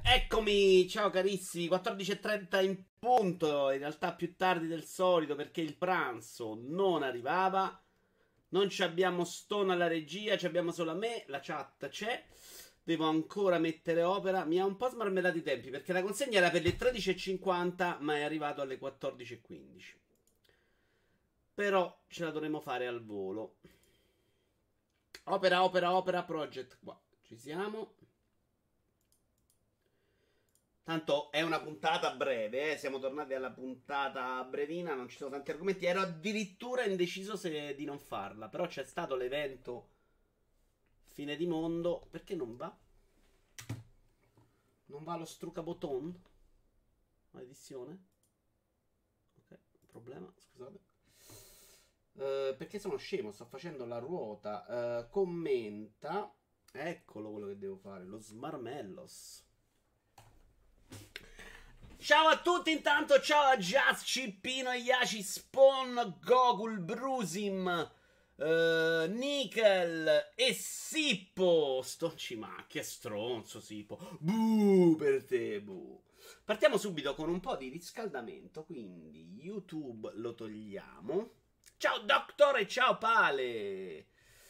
Eccomi, ciao carissimi, 14:30 in punto, in realtà più tardi del solito perché il pranzo non arrivava. Non ci abbiamo Stone alla regia, ci abbiamo solo me, la chat c'è. Devo ancora mettere opera, mi ha un po' smarmellato i tempi perché la consegna era per le 13:50 ma è arrivato alle 14:15. Però ce la dovremo fare al volo. Opera, opera, opera, project qua. Ci siamo. Tanto è una puntata breve, siamo tornati alla puntata brevina, non ci sono tanti argomenti. Ero addirittura indeciso se di non farla, però c'è stato l'evento fine di mondo. Perché non va? Non va lo Strucaboton? Maledizione? Ok, problema, scusate. Perché sono scemo, sto facendo la ruota. Commenta. Eccolo quello che devo fare, lo Smarmellos. Ciao a tutti intanto, ciao a Jazz, Cippino, Iaci, Spawn, Gogul, Brusim, Nickel e Sippo. Ma che stronzo Sippo. Buh per te, buh. Partiamo subito con un po' di riscaldamento, quindi YouTube lo togliamo. Ciao Dottore, ciao Pale.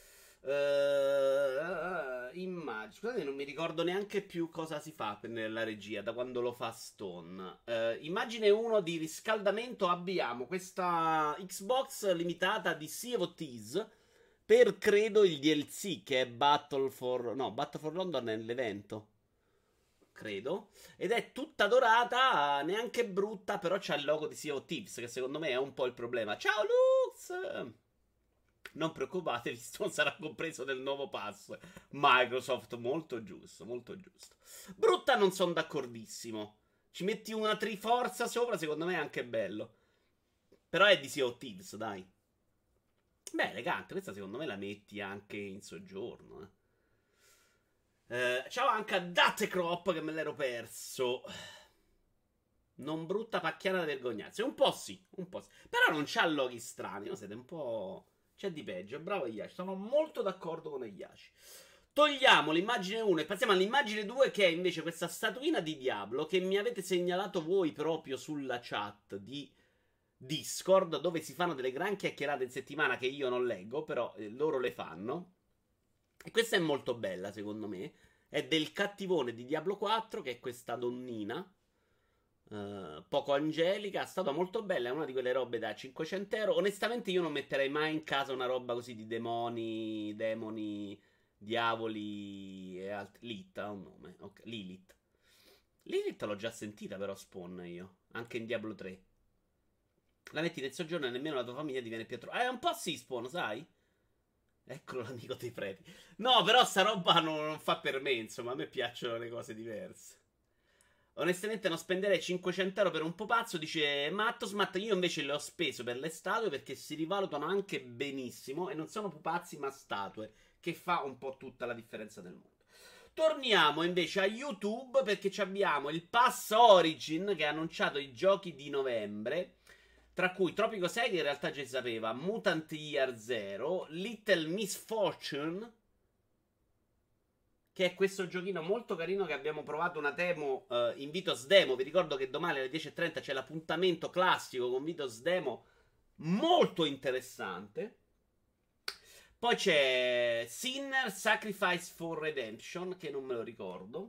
Immagine. Scusate, non mi ricordo neanche più cosa si fa nella regia da quando lo fa Stone. Immagine 1 di riscaldamento. Abbiamo questa Xbox limitata di Sea of Thieves per credo il DLC che è Battle for. No, Battle for London è l'evento. Credo. Ed è tutta dorata, neanche brutta, però c'ha il logo di Sea of Thieves, che secondo me è un po' il problema. Ciao Lux! Non preoccupatevi, non sarà compreso nel nuovo pass. Microsoft, molto giusto, molto giusto. Brutta non sono d'accordissimo. Ci metti una Triforza sopra, secondo me è anche bello. Però è di Sea of Thieves, dai. Beh, elegante, questa secondo me la metti anche in soggiorno. Ciao anche a Datecrop che me l'ero perso. Non brutta pacchiana da vergognarsi. Un po' sì, un po' sì. Però non c'ha loghi strani, no? Siete un po'. C'è di peggio. Bravo Iaci. Sono molto d'accordo con Iaci. Togliamo l'immagine 1 e passiamo all'immagine 2 che è invece questa statuina di Diablo che mi avete segnalato voi proprio sulla chat di Discord dove si fanno delle gran chiacchierate in settimana che io non leggo, però loro le fanno. E questa è molto bella secondo me. È del cattivone di Diablo 4 che è questa donnina. Poco angelica, è stata molto bella. È una di quelle robe da 500 euro. Onestamente, io non metterei mai in casa una roba così di demoni, diavoli e altri. Lit ha un nome, ok, Lilith. Lilith l'ho già sentita, però Spawn io. Anche in Diablo 3. La metti nel soggiorno e nemmeno la tua famiglia diviene più troppo. È un po' sì, Spawn, sai? Eccolo l'amico dei preti. No, però sta roba non fa per me. Insomma, a me piacciono le cose diverse. Onestamente non spenderei 500 euro per un pupazzo, dice Mattosmat. Io invece le ho speso per le statue perché si rivalutano anche benissimo e non sono pupazzi ma statue, che fa un po' tutta la differenza del mondo. Torniamo invece a YouTube perché abbiamo il Pass Origin che ha annunciato i giochi di novembre, tra cui Tropico 6 che in realtà già si sapeva, Mutant Year Zero, Little Misfortune, che è questo giochino molto carino che abbiamo provato una demo in Vitos Demo. Vi ricordo che domani alle 10:30 c'è l'appuntamento classico con Vitos Demo, molto interessante. Poi c'è Sinner Sacrifice for Redemption, che non me lo ricordo.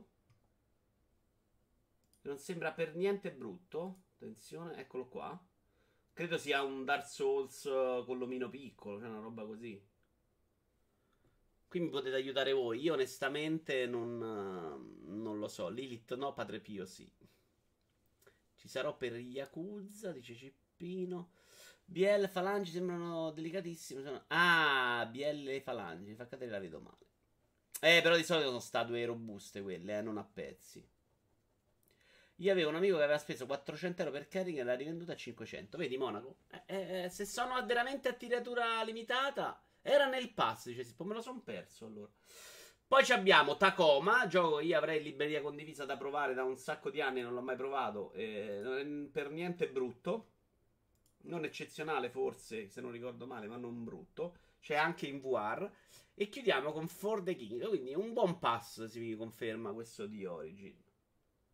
Non sembra per niente brutto. Attenzione, eccolo qua. Credo sia un Dark Souls con l'omino piccolo, cioè una roba così. Qui mi potete aiutare voi. Io onestamente non lo so. Lilith no, Padre Pio sì. Ci sarò per Yakuza, dice Cippino. BL falangi sembrano delicatissime. BL e falangi. Fa cadere la vedo male. Però di solito sono statue robuste quelle, non a pezzi. Io avevo un amico che aveva speso 400 euro per Kerring e l'ha rivenduta a 500. Vedi, Monaco? Se sono veramente a tiratura limitata. Era nel pass, dice Sippo, me lo son perso allora. Poi abbiamo Tacoma, gioco che io avrei in libreria condivisa da provare da un sacco di anni, non l'ho mai provato, non è per niente brutto. Non eccezionale forse, se non ricordo male, ma non brutto. C'è anche in VR. E chiudiamo con For the King, quindi un buon pass si conferma questo di Origin.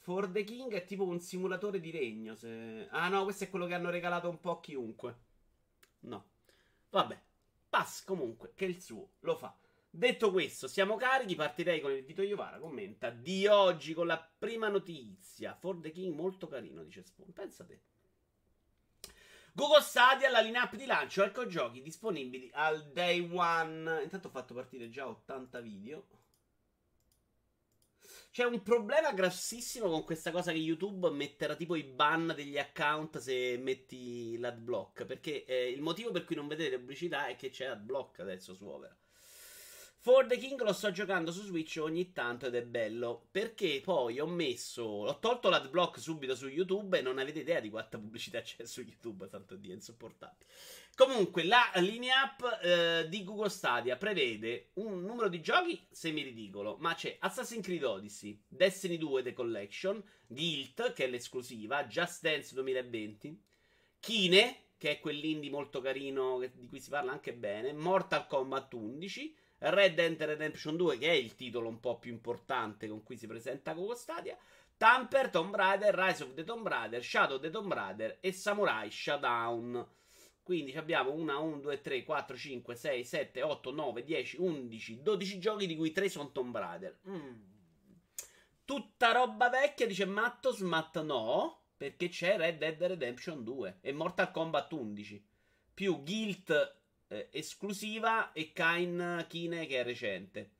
For the King è tipo un simulatore di regno. Ah no, questo è quello che hanno regalato un po' a chiunque. No. Vabbè. Pass comunque, che il suo lo fa. Detto questo, siamo carichi. Partirei con il Vito Iovara. Commenta di oggi con la prima notizia. For the King molto carino, dice Spawn. Pensa te. Google Stadia, la lineup di lancio. Ecco giochi disponibili al day one. Intanto ho fatto partire già 80 video. C'è un problema grossissimo con questa cosa che YouTube metterà tipo i ban degli account se metti l'adblock. Perché il motivo per cui non vedete le pubblicità è che c'è adblock adesso su Opera. For the King lo sto giocando su Switch ogni tanto ed è bello. Perché poi ho tolto l'adblock subito su YouTube e non avete idea di quanta pubblicità c'è su YouTube. Santo Dio, è insopportabile. Comunque, la linea up di Google Stadia prevede un numero di giochi semi-ridicolo, ma c'è Assassin's Creed Odyssey, Destiny 2 The Collection, Guild, che è l'esclusiva, Just Dance 2020, Kine, che è quell'indie molto carino di cui si parla anche bene, Mortal Kombat 11, Red Dead Redemption 2, che è il titolo un po' più importante con cui si presenta Google Stadia, Tamper, Tomb Raider, Rise of the Tomb Raider, Shadow of the Tomb Raider e Samurai Showdown. Quindi abbiamo 1, 2, 3, 4, 5, 6, 7, 8, 9, 10, 11, 12 giochi di cui 3 sono Tomb Raider. Tutta roba vecchia, dice Mattos, no, perché c'è Red Dead Redemption 2 e Mortal Kombat 11, più Guild esclusiva e Kine che è recente.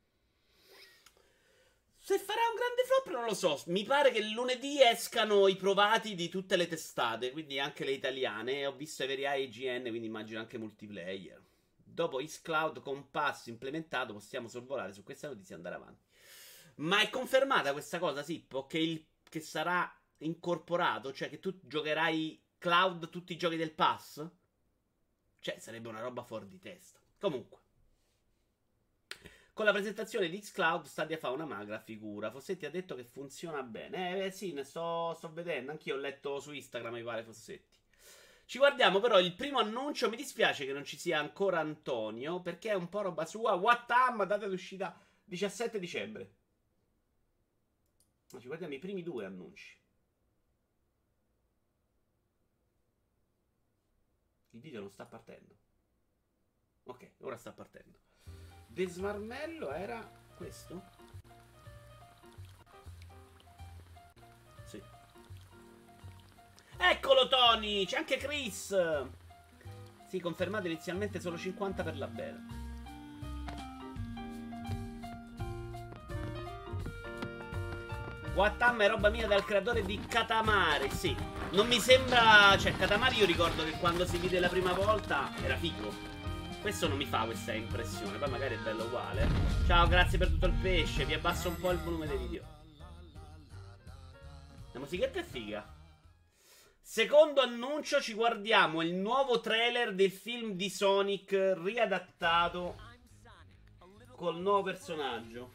Se farà un grande flop non lo so. Mi pare che lunedì escano i provati di tutte le testate, quindi anche le italiane. Ho visto i veri IGN, quindi immagino anche multiplayer. Dopo xCloud con Pass implementato possiamo sorvolare su questa notizia e andare avanti. Ma è confermata questa cosa, Sippo, che sarà incorporato? Cioè che tu giocherai cloud tutti i giochi del Pass? Cioè sarebbe una roba fuori di testa. Comunque, con la presentazione di xCloud Stadia fa una magra figura. Fossetti ha detto che funziona bene. Sì, ne sto vedendo. Anch'io ho letto su Instagram, mi pare Fossetti. Ci guardiamo però il primo annuncio. Mi dispiace che non ci sia ancora Antonio, perché è un po' roba sua. Whatam, data d'uscita 17 dicembre. Ma ci guardiamo i primi due annunci. Il video non sta partendo. Ok, ora sta partendo. Desmarmello era questo? Sì. Eccolo Tony! C'è anche Chris! Sì, confermato inizialmente solo 50 per la beta. Whatam è roba mia dal creatore di Katamari, sì. Non mi sembra... Cioè, Katamari io ricordo che quando si vide la prima volta era figo. Questo non mi fa questa impressione. Poi magari è bello uguale. Ciao, grazie per tutto il pesce. Vi abbasso un po' il volume dei video. La musichetta è figa. Secondo annuncio ci guardiamo il nuovo trailer del film di Sonic riadattato col nuovo personaggio.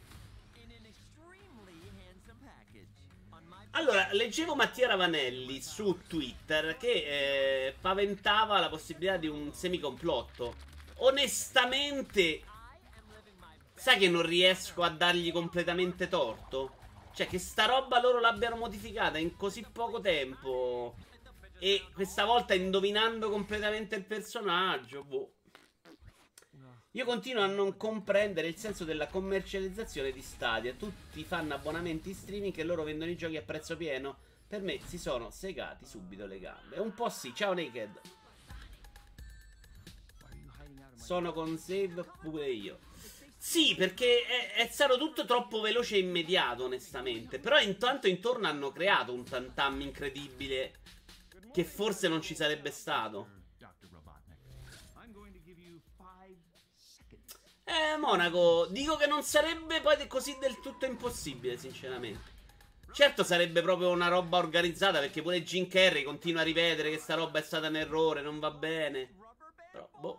Allora, leggevo Mattia Ravanelli su Twitter che paventava la possibilità di un semicomplotto. Onestamente, sai che non riesco a dargli completamente torto? Cioè, che sta roba loro l'abbiano modificata in così poco tempo e questa volta indovinando completamente il personaggio. Boh. Io continuo a non comprendere il senso della commercializzazione di Stadia. Tutti fanno abbonamenti streaming e loro vendono i giochi a prezzo pieno. Per me si sono segati subito le gambe. Un po' sì, ciao Naked. Sono con save pure io. Sì, perché è stato tutto troppo veloce e immediato, onestamente. Però intanto intorno hanno creato un tantam incredibile che forse non ci sarebbe stato. Monaco, dico che non sarebbe poi così del tutto impossibile, sinceramente. Certo sarebbe proprio una roba organizzata, perché pure Jim Carrey continua a ripetere che sta roba è stata un errore, non va bene. Però, boh.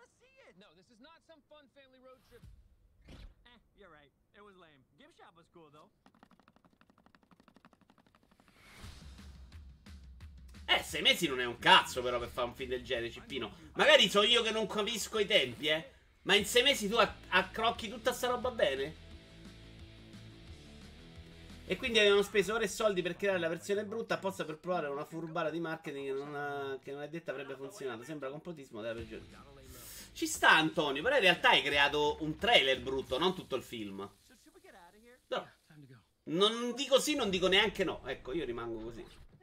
Eh, 6 mesi non è un cazzo però per fare un film del genere, Cippino. Magari so io che non capisco i tempi, ma in 6 mesi tu accrocchi tutta sta roba bene? E quindi avevano speso ore e soldi per creare la versione brutta apposta per provare una furbata di marketing che non è detta avrebbe funzionato. Sembra complottismo della peggiore. Ci sta, Antonio, però in realtà hai creato un trailer brutto, non tutto il film. No. Non dico sì, non dico neanche no. Ecco, io rimango così.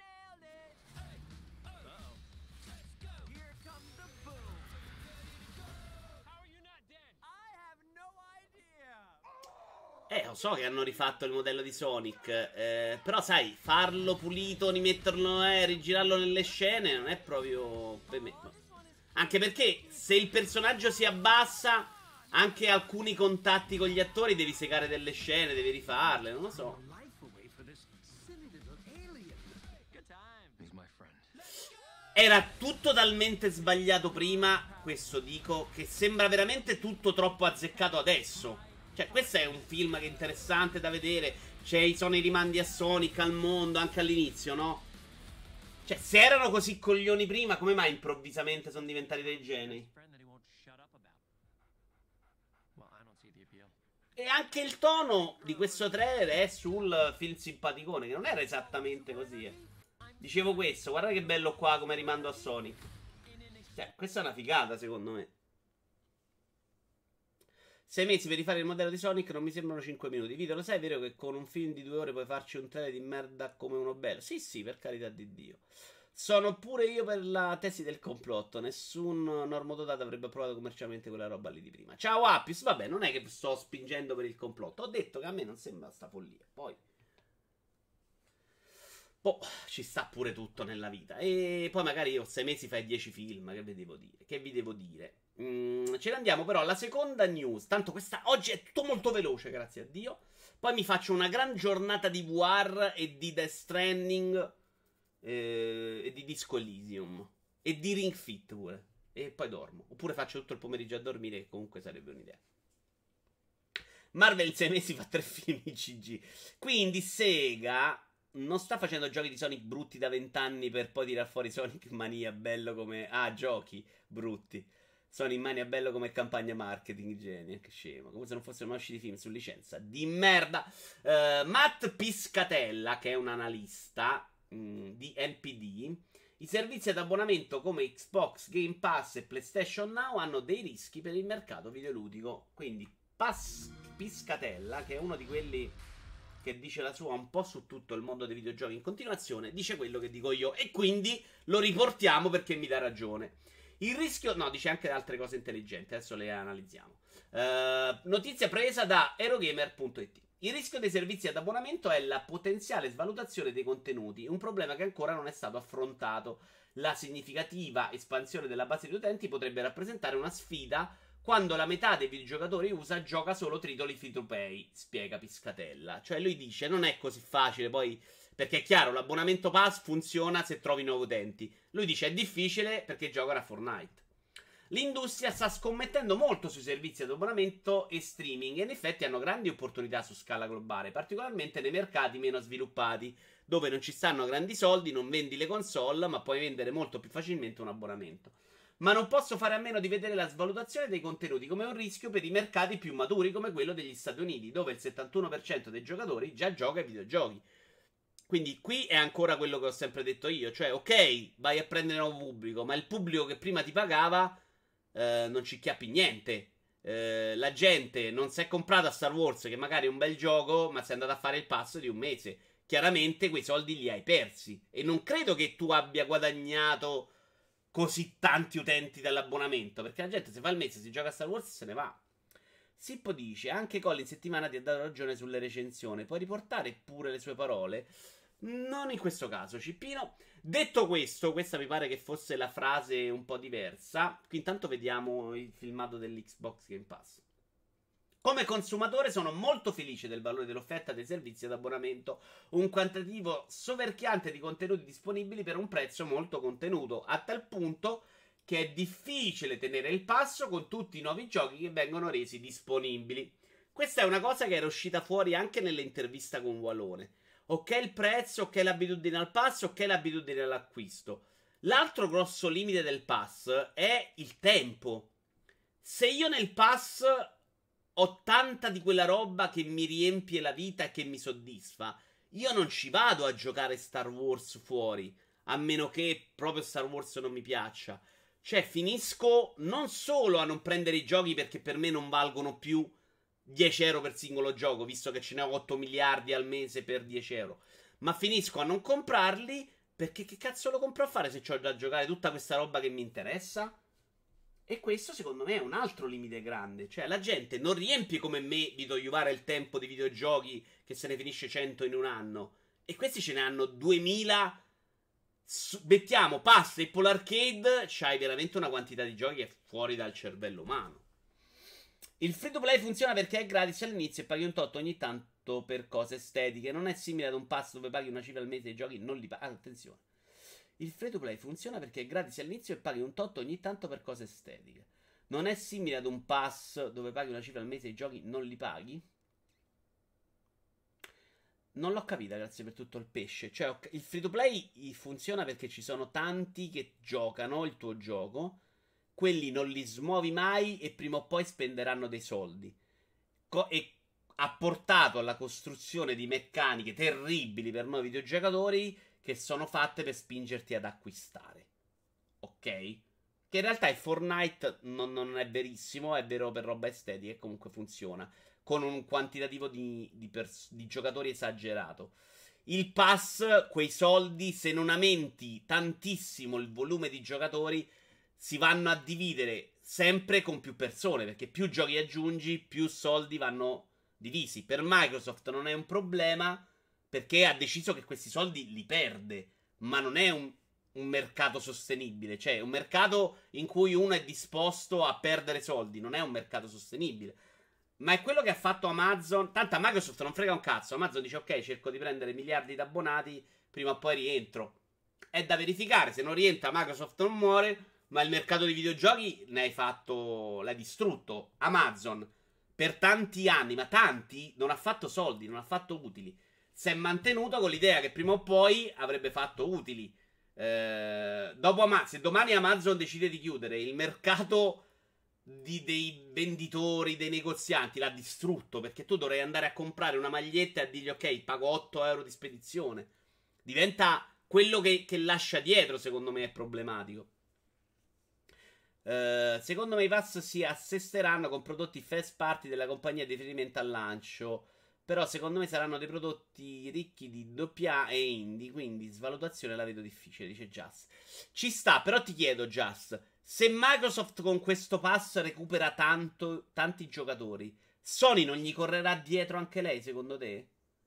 Lo so che hanno rifatto il modello di Sonic, però sai, farlo pulito, rimetterlo, rigirarlo nelle scene non è proprio per me. Anche perché se il personaggio si abbassa, anche alcuni contatti con gli attori devi segare delle scene, devi rifarle, non lo so. Era tutto talmente sbagliato prima, questo dico, che sembra veramente tutto troppo azzeccato adesso. Cioè, questo è un film che è interessante da vedere. Sono i rimandi a Sonic, al mondo, anche all'inizio, no? Cioè, se erano così coglioni prima, come mai improvvisamente sono diventati dei geni? E anche il tono di questo trailer è sul film simpaticone, che non era esattamente così, Dicevo questo, guarda che bello qua come rimando a Sonic. Cioè, questa è una figata, secondo me. 6 mesi per rifare il modello di Sonic non mi sembrano 5 minuti. Vito, lo sai, è vero che con un film di 2 ore puoi farci un trailer di merda come uno bello? Sì, sì, per carità di Dio. Sono pure io per la tesi del complotto. Nessun normodotato avrebbe approvato commercialmente quella roba lì di prima. Ciao Appius, vabbè, non è che sto spingendo per il complotto. Ho detto che a me non sembra sta follia. Poi ci sta pure tutto nella vita. E poi magari io 6 mesi fai 10 film. Che vi devo dire? Che vi devo dire? Ce ne andiamo però alla seconda news. Tanto questa oggi è tutto molto veloce, grazie a Dio. Poi mi faccio una gran giornata di VR e di Death Stranding e di Disco Elysium e di Ring Fit pure. E poi dormo. Oppure faccio tutto il pomeriggio a dormire, che comunque sarebbe un'idea. Marvel 6 mesi fa 3 film CG. Quindi Sega non sta facendo giochi di Sonic brutti da 20 anni per poi tirar fuori Sonic Mania bello come... Ah, giochi brutti. Sonic Mania bello come campagna marketing, genio, che scemo. Come se non fossero mai usciti film su licenza di merda. Matt Piscatella, che è un analista di NPD. I servizi ad abbonamento come Xbox Game Pass e PlayStation Now hanno dei rischi per il mercato videoludico. Quindi Piscatella, che è uno di quelli che dice la sua un po' su tutto il mondo dei videogiochi in continuazione, dice quello che dico io e quindi lo riportiamo perché mi dà ragione. Il rischio, no, dice anche altre cose intelligenti, adesso le analizziamo. Notizia presa da Eurogamer.it. Il rischio dei servizi ad abbonamento è la potenziale svalutazione dei contenuti, un problema che ancora non è stato affrontato. La significativa espansione della base di utenti potrebbe rappresentare una sfida quando la metà dei videogiocatori USA gioca solo titoli free to play, spiega Piscatella. Cioè lui dice non è così facile poi, perché è chiaro, l'abbonamento pass funziona se trovi nuovi utenti. Lui dice è difficile perché giocano a Fortnite. L'industria sta scommettendo molto sui servizi ad abbonamento e streaming e in effetti hanno grandi opportunità su scala globale, particolarmente nei mercati meno sviluppati, dove non ci stanno grandi soldi, non vendi le console, ma puoi vendere molto più facilmente un abbonamento. Ma non posso fare a meno di vedere la svalutazione dei contenuti come un rischio per i mercati più maturi come quello degli Stati Uniti, dove il 71% dei giocatori già gioca ai videogiochi. Quindi qui è ancora quello che ho sempre detto io, cioè ok, vai a prendere nuovo pubblico, ma il pubblico che prima ti pagava non ci chiappi niente. La gente non si è comprata Star Wars, che magari è un bel gioco, ma si è andata a fare il passo di un mese. Chiaramente quei soldi li hai persi. E non credo che tu abbia guadagnato così tanti utenti dall'abbonamento, perché la gente se fa il mese, si gioca a Star Wars e se ne va. Sippo dice, anche Colin in settimana ti ha dato ragione sulle recensioni, puoi riportare pure le sue parole? Non in questo caso, Cippino. Detto questo, questa mi pare che fosse la frase un po' diversa. Qui intanto vediamo il filmato dell'Xbox Game Pass. Come consumatore sono molto felice del valore dell'offerta dei servizi ad abbonamento, un quantitativo soverchiante di contenuti disponibili per un prezzo molto contenuto, a tal punto che è difficile tenere il passo con tutti i nuovi giochi che vengono resi disponibili. Questa è una cosa che era uscita fuori anche nell'intervista con Walone. Ok il prezzo, ok l'abitudine al pass, ok l'abitudine all'acquisto. L'altro grosso limite del pass è il tempo. Se io nel pass ho tanta di quella roba che mi riempie la vita e che mi soddisfa, Io non ci vado a giocare Star Wars fuori, a meno che proprio Star Wars non mi piaccia. Cioè, finisco non solo a non prendere i giochi perché per me non valgono più 10 euro per singolo gioco, visto che ce ne ho 8 miliardi al mese per 10 euro, ma finisco a non comprarli perché che cazzo lo compro a fare se ho da giocare tutta questa roba che mi interessa? E questo secondo me è un altro limite grande. Cioè la gente non riempie come me di togliere il tempo di videogiochi che se ne finisce 100 in un anno. E questi ce ne hanno 2000. Mettiamo Pass e Apple Arcade, c'hai veramente una quantità di giochi che è fuori dal cervello umano. Il free to play funziona perché è gratis all'inizio e paghi un tot ogni tanto per cose estetiche. Non è simile ad un pass dove paghi una cifra al mese e i giochi non li paghi. Attenzione. Il free to play funziona perché è gratis all'inizio e paghi un tot ogni tanto per cose estetiche. Non è simile ad un pass dove paghi una cifra al mese e i giochi non li paghi? Non l'ho capita, grazie per tutto il pesce. Cioè, il free to play funziona perché ci sono tanti che giocano il tuo gioco. Quelli non li smuovi mai e prima o poi spenderanno dei soldi. E ha portato alla costruzione di meccaniche terribili per noi videogiocatori che sono fatte per spingerti ad acquistare. Ok? Che in realtà il Fortnite non è verissimo, è vero per roba estetica e comunque funziona. Con un quantitativo di giocatori esagerato. Il pass, quei soldi, se non aumenti tantissimo il volume di giocatori, si vanno a dividere sempre con più persone, perché più giochi aggiungi, più soldi vanno divisi. Per Microsoft non è un problema, perché ha deciso che questi soldi li perde, ma non è un mercato sostenibile, cioè un mercato in cui uno è disposto a perdere soldi, non è un mercato sostenibile. Ma è quello che ha fatto Amazon. Tanto a Microsoft non frega un cazzo. Amazon dice ok, cerco di prendere miliardi di abbonati, prima o poi rientro. È da verificare, se non rientra Microsoft non muore, ma il mercato dei videogiochi ne hai fatto, l'hai distrutto. Amazon per tanti anni, ma tanti, non ha fatto soldi, non ha fatto utili. Si è mantenuto con l'idea che prima o poi avrebbe fatto utili. Se domani Amazon decide di chiudere, il mercato dei venditori, dei negozianti l'ha distrutto, perché tu dovrei andare a comprare una maglietta e a dirgli ok, pago 8 euro di spedizione. Diventa quello che lascia dietro, secondo me è problematico. Secondo me i pass si assesteranno con prodotti first party della compagnia di riferimento al lancio. Però secondo me saranno dei prodotti ricchi di doppia e indie. Quindi svalutazione la vedo difficile, dice Just. Ci sta, però ti chiedo, Just, se Microsoft con questo pass recupera tanti giocatori, Sony non gli correrà dietro anche lei, secondo te?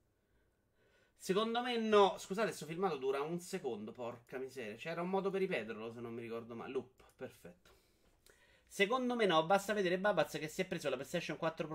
Secondo me no. Scusate, questo filmato dura un secondo, porca miseria. C'era un modo per ripeterlo, se non mi ricordo male. Loop, perfetto. Secondo me no, basta vedere Babaz che si è preso la PlayStation 4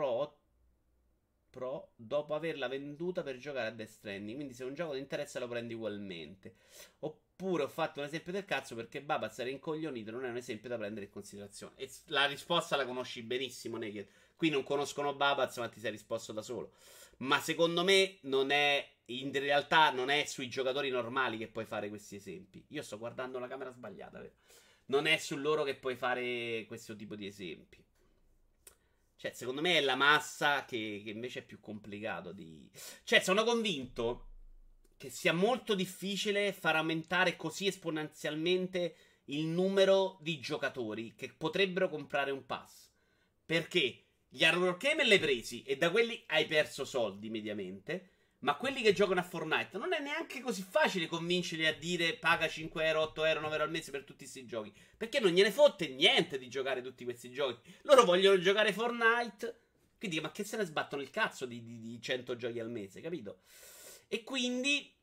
Pro dopo averla venduta per giocare a Death Stranding. Quindi se un gioco ti interessa lo prendi ugualmente. Oppure ho fatto un esempio del cazzo perché Babaz era incoglionito, non è un esempio da prendere in considerazione. E la risposta la conosci benissimo, Naked. Qui non conoscono Babaz, ma ti sei risposto da solo. Ma secondo me non è. In realtà non è sui giocatori normali che puoi fare questi esempi. Io sto guardando la camera sbagliata, vero? Non è su loro che puoi fare questo tipo di esempi. Cioè, secondo me è la massa che invece è più complicato di. Cioè, sono convinto che sia molto difficile far aumentare così esponenzialmente il numero di giocatori che potrebbero comprare un pass. Perché gli hardware game l'hai presi e da quelli hai perso soldi mediamente. Ma quelli che giocano a Fortnite non è neanche così facile convincerli a dire paga 5 euro, 8 euro, 9 euro al mese per tutti questi giochi. Perché non gliene fotte niente di giocare tutti questi giochi. Loro vogliono giocare Fortnite. Quindi, ma che se ne sbattono il cazzo di 100 giochi al mese, capito? E quindi,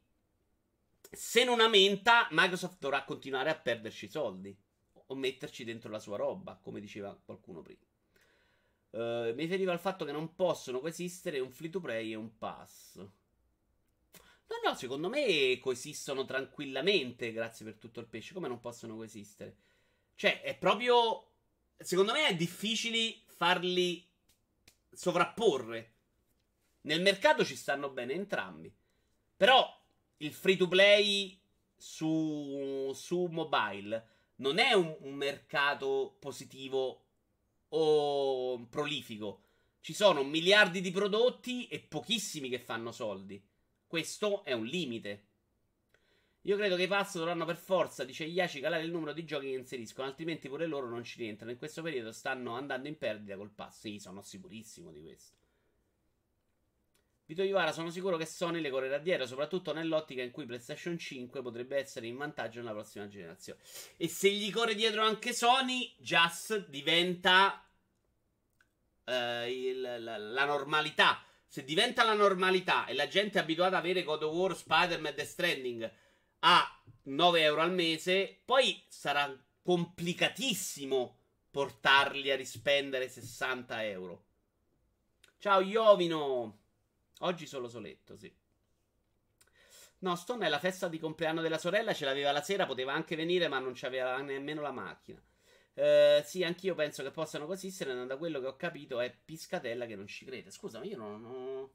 se non aumenta, Microsoft dovrà continuare a perderci soldi. O metterci dentro la sua roba, come diceva qualcuno prima. Mi riferivo al fatto che non possono coesistere un free to play e un pass. No, secondo me coesistono tranquillamente, grazie per tutto il pesce. Come non possono coesistere? Cioè, è proprio. Secondo me è difficile farli sovrapporre. Nel mercato ci stanno bene entrambi. Però il free to play su mobile non è un mercato positivo o prolifico. Ci sono miliardi di prodotti e pochissimi che fanno soldi. Questo è un limite. Io credo che i pass dovranno per forza, dice Iaci, calare il numero di giochi che inseriscono, altrimenti pure loro non ci rientrano. In questo periodo stanno andando in perdita col pass. Sì, sono sicurissimo di questo. Vito Ivara, sono sicuro che Sony le correrà dietro, soprattutto nell'ottica in cui PlayStation 5 potrebbe essere in vantaggio nella prossima generazione. E se gli corre dietro anche Sony, Just diventa la normalità. Se diventa la normalità e la gente è abituata ad avere God of War, Spider-Man e Death Stranding a 9 euro al mese, poi sarà complicatissimo portarli a rispendere 60 euro. Ciao Iovino. Oggi solo soletto, sì. No, Stone è la festa di compleanno della sorella, ce l'aveva la sera, poteva anche venire, ma non c'aveva nemmeno la macchina. Sì, anch'io penso che possano consistere, da quello che ho capito è Piscatella che non ci crede. Scusa, ma io non...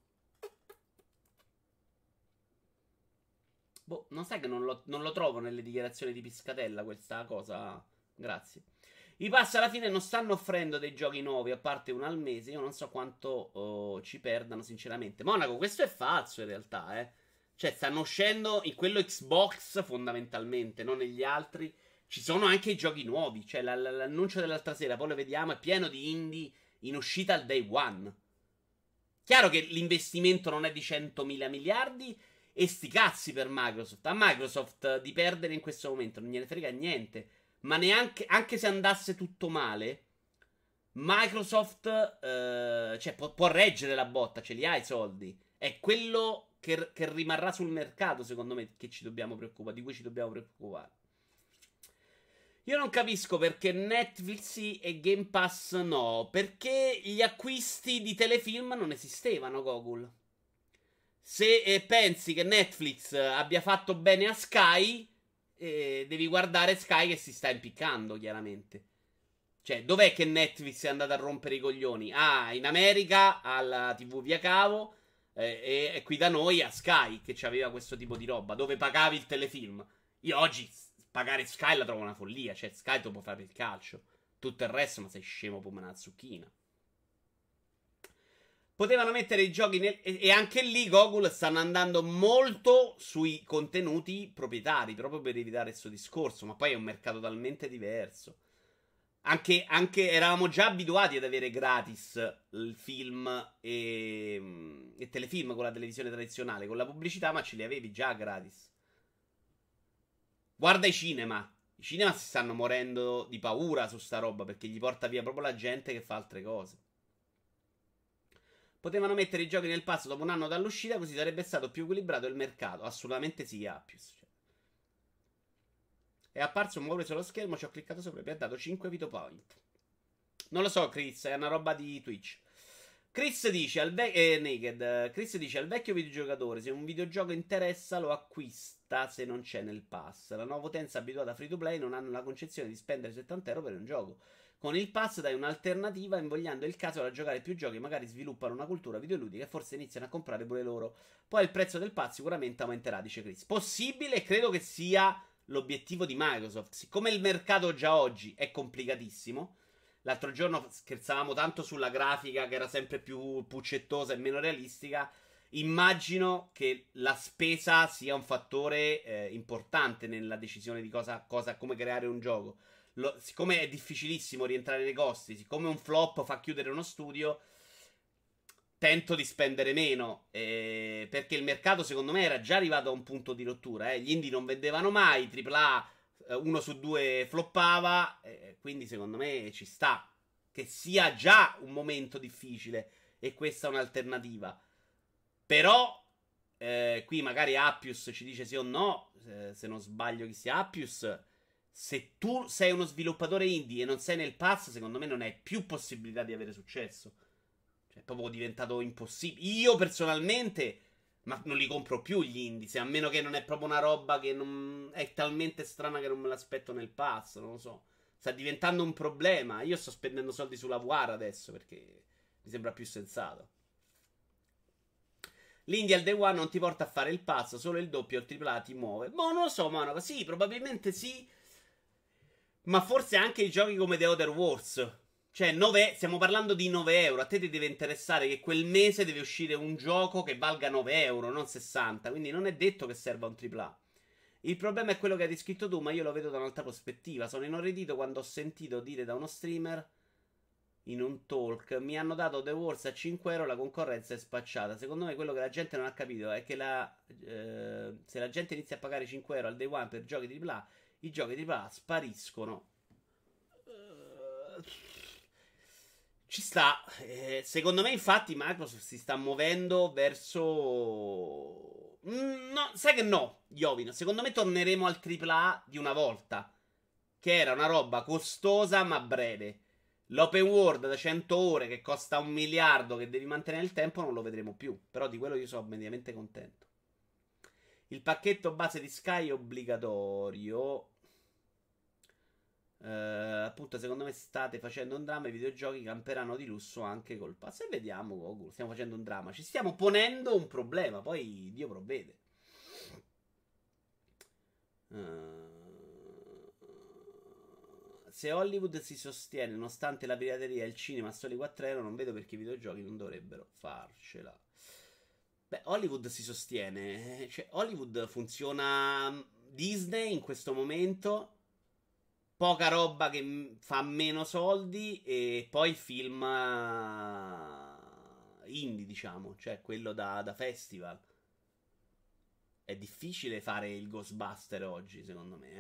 Boh, non sai che non lo trovo nelle dichiarazioni di Piscatella questa cosa? Grazie. I pass alla fine non stanno offrendo dei giochi nuovi, a parte uno al mese. Io non so quanto ci perdano, sinceramente. Monaco, questo è falso in realtà, eh. Cioè, stanno uscendo in quello Xbox fondamentalmente, non negli altri. Ci sono anche i giochi nuovi. Cioè, l'annuncio dell'altra sera, poi lo vediamo, è pieno di indie in uscita al day one. Chiaro che l'investimento non è di 100.000 miliardi. E sti cazzi per Microsoft. A Microsoft di perdere in questo momento non gliene frega niente. Ma neanche, anche se andasse tutto male, Microsoft cioè, può reggere la botta, ce li ha i soldi. È quello che rimarrà sul mercato, secondo me, che ci dobbiamo preoccupare, di cui ci dobbiamo preoccupare. Io non capisco perché Netflix sì e Game Pass no. Perché gli acquisti di telefilm non esistevano, Gogol. Se pensi che Netflix abbia fatto bene a Sky, devi guardare Sky che si sta impiccando, chiaramente. Cioè, dov'è che Netflix è andato a rompere i coglioni? Ah, in America, alla TV via cavo, e qui da noi a Sky, che aveva questo tipo di roba, dove pagavi il telefilm. Io oggi pagare Sky la trovo una follia. Cioè, Sky tu può fare il calcio. Tutto il resto, ma sei scemo come una zucchina. Potevano mettere i giochi e anche lì Gogol stanno andando molto sui contenuti proprietari, proprio per evitare questo discorso. Ma poi è un mercato talmente diverso. Anche eravamo già abituati ad avere gratis il film e telefilm con la televisione tradizionale, con la pubblicità, ma ce li avevi già gratis. Guarda i cinema. I cinema si stanno morendo di paura su sta roba perché gli porta via proprio la gente che fa altre cose. Potevano mettere i giochi nel pass dopo un anno dall'uscita, così sarebbe stato più equilibrato il mercato. Assolutamente sì, Appius. È apparso un muovere sullo schermo, ci ho cliccato sopra e mi ha dato 5 Vito Point. Non lo so, Chris, è una roba di Twitch. Chris dice Naked. Chris dice al vecchio videogiocatore: se un videogioco interessa, lo acquista se non c'è nel pass. La nuova utenza abituata a free to play non hanno la concezione di spendere 70 euro per un gioco. Con il pass dai un'alternativa, invogliando il caso da giocare più giochi, magari sviluppano una cultura videoludica e forse iniziano a comprare pure loro. Poi il prezzo del pass sicuramente aumenterà, dice Chris. Possibile, e credo che sia l'obiettivo di Microsoft. Siccome il mercato già oggi è complicatissimo, l'altro giorno scherzavamo tanto sulla grafica che era sempre più puccettosa e meno realistica. Immagino che la spesa sia un fattore importante nella decisione di come creare un gioco. Siccome è difficilissimo rientrare nei costi, siccome un flop fa chiudere uno studio, tento di spendere meno. Perché il mercato, secondo me, era già arrivato a un punto di rottura. Gli indie non vendevano mai, AAA uno su due floppava. Quindi, secondo me, ci sta. Che sia già un momento difficile. E questa è un'alternativa. Però, qui magari Appius ci dice sì o no. Se non sbaglio chi sia Appius. Se tu sei uno sviluppatore indie e non sei nel pass, secondo me non hai più possibilità di avere successo. Cioè, è proprio diventato impossibile. Io personalmente, ma non li compro più gli indie. A meno che non è proprio una roba che non è talmente strana che non me l'aspetto nel pass. Non lo so. Sta diventando un problema. Io sto spendendo soldi sulla VR adesso perché mi sembra più sensato. L'indie al day one non ti porta a fare il pass, solo il doppio o il tripla ti muove. Boh, non lo so, Monaco. Sì, probabilmente sì. Ma forse anche i giochi come The Other Wars. Cioè, stiamo parlando di 9 euro. A te ti deve interessare che quel mese deve uscire un gioco che valga 9 euro, non 60. Quindi non è detto che serva un AAA. Il problema è quello che hai descritto tu, ma io lo vedo da un'altra prospettiva. Sono inorridito quando ho sentito dire da uno streamer in un talk: mi hanno dato The Wars a 5 euro, la concorrenza è spacciata. Secondo me quello che la gente non ha capito è che se la gente inizia a pagare 5 euro al day one per giochi AAA, i giochi AAA spariscono. Ci sta. Secondo me, infatti, Microsoft si sta muovendo verso. No, sai che no, Iovino. Secondo me torneremo al AAA di una volta. Che era una roba costosa ma breve. L'open world da 100 ore che costa 1 miliardo, che devi mantenere il tempo, non lo vedremo più. Però di quello io sono mediamente contento. Il pacchetto base di Sky è obbligatorio. Appunto, secondo me state facendo un dramma. I videogiochi camperanno di lusso anche col pass. E vediamo, Goku. Stiamo facendo un dramma. Ci stiamo ponendo un problema. Poi Dio provvede. Se Hollywood si sostiene nonostante la pirateria e il cinema a soli 4 euro, non vedo perché i videogiochi non dovrebbero farcela. Beh, Hollywood si sostiene. Cioè, Hollywood funziona. Disney in questo momento. Poca roba che fa meno soldi. E poi film indie, diciamo. Cioè, quello da festival. È difficile fare il Ghostbuster oggi, secondo me,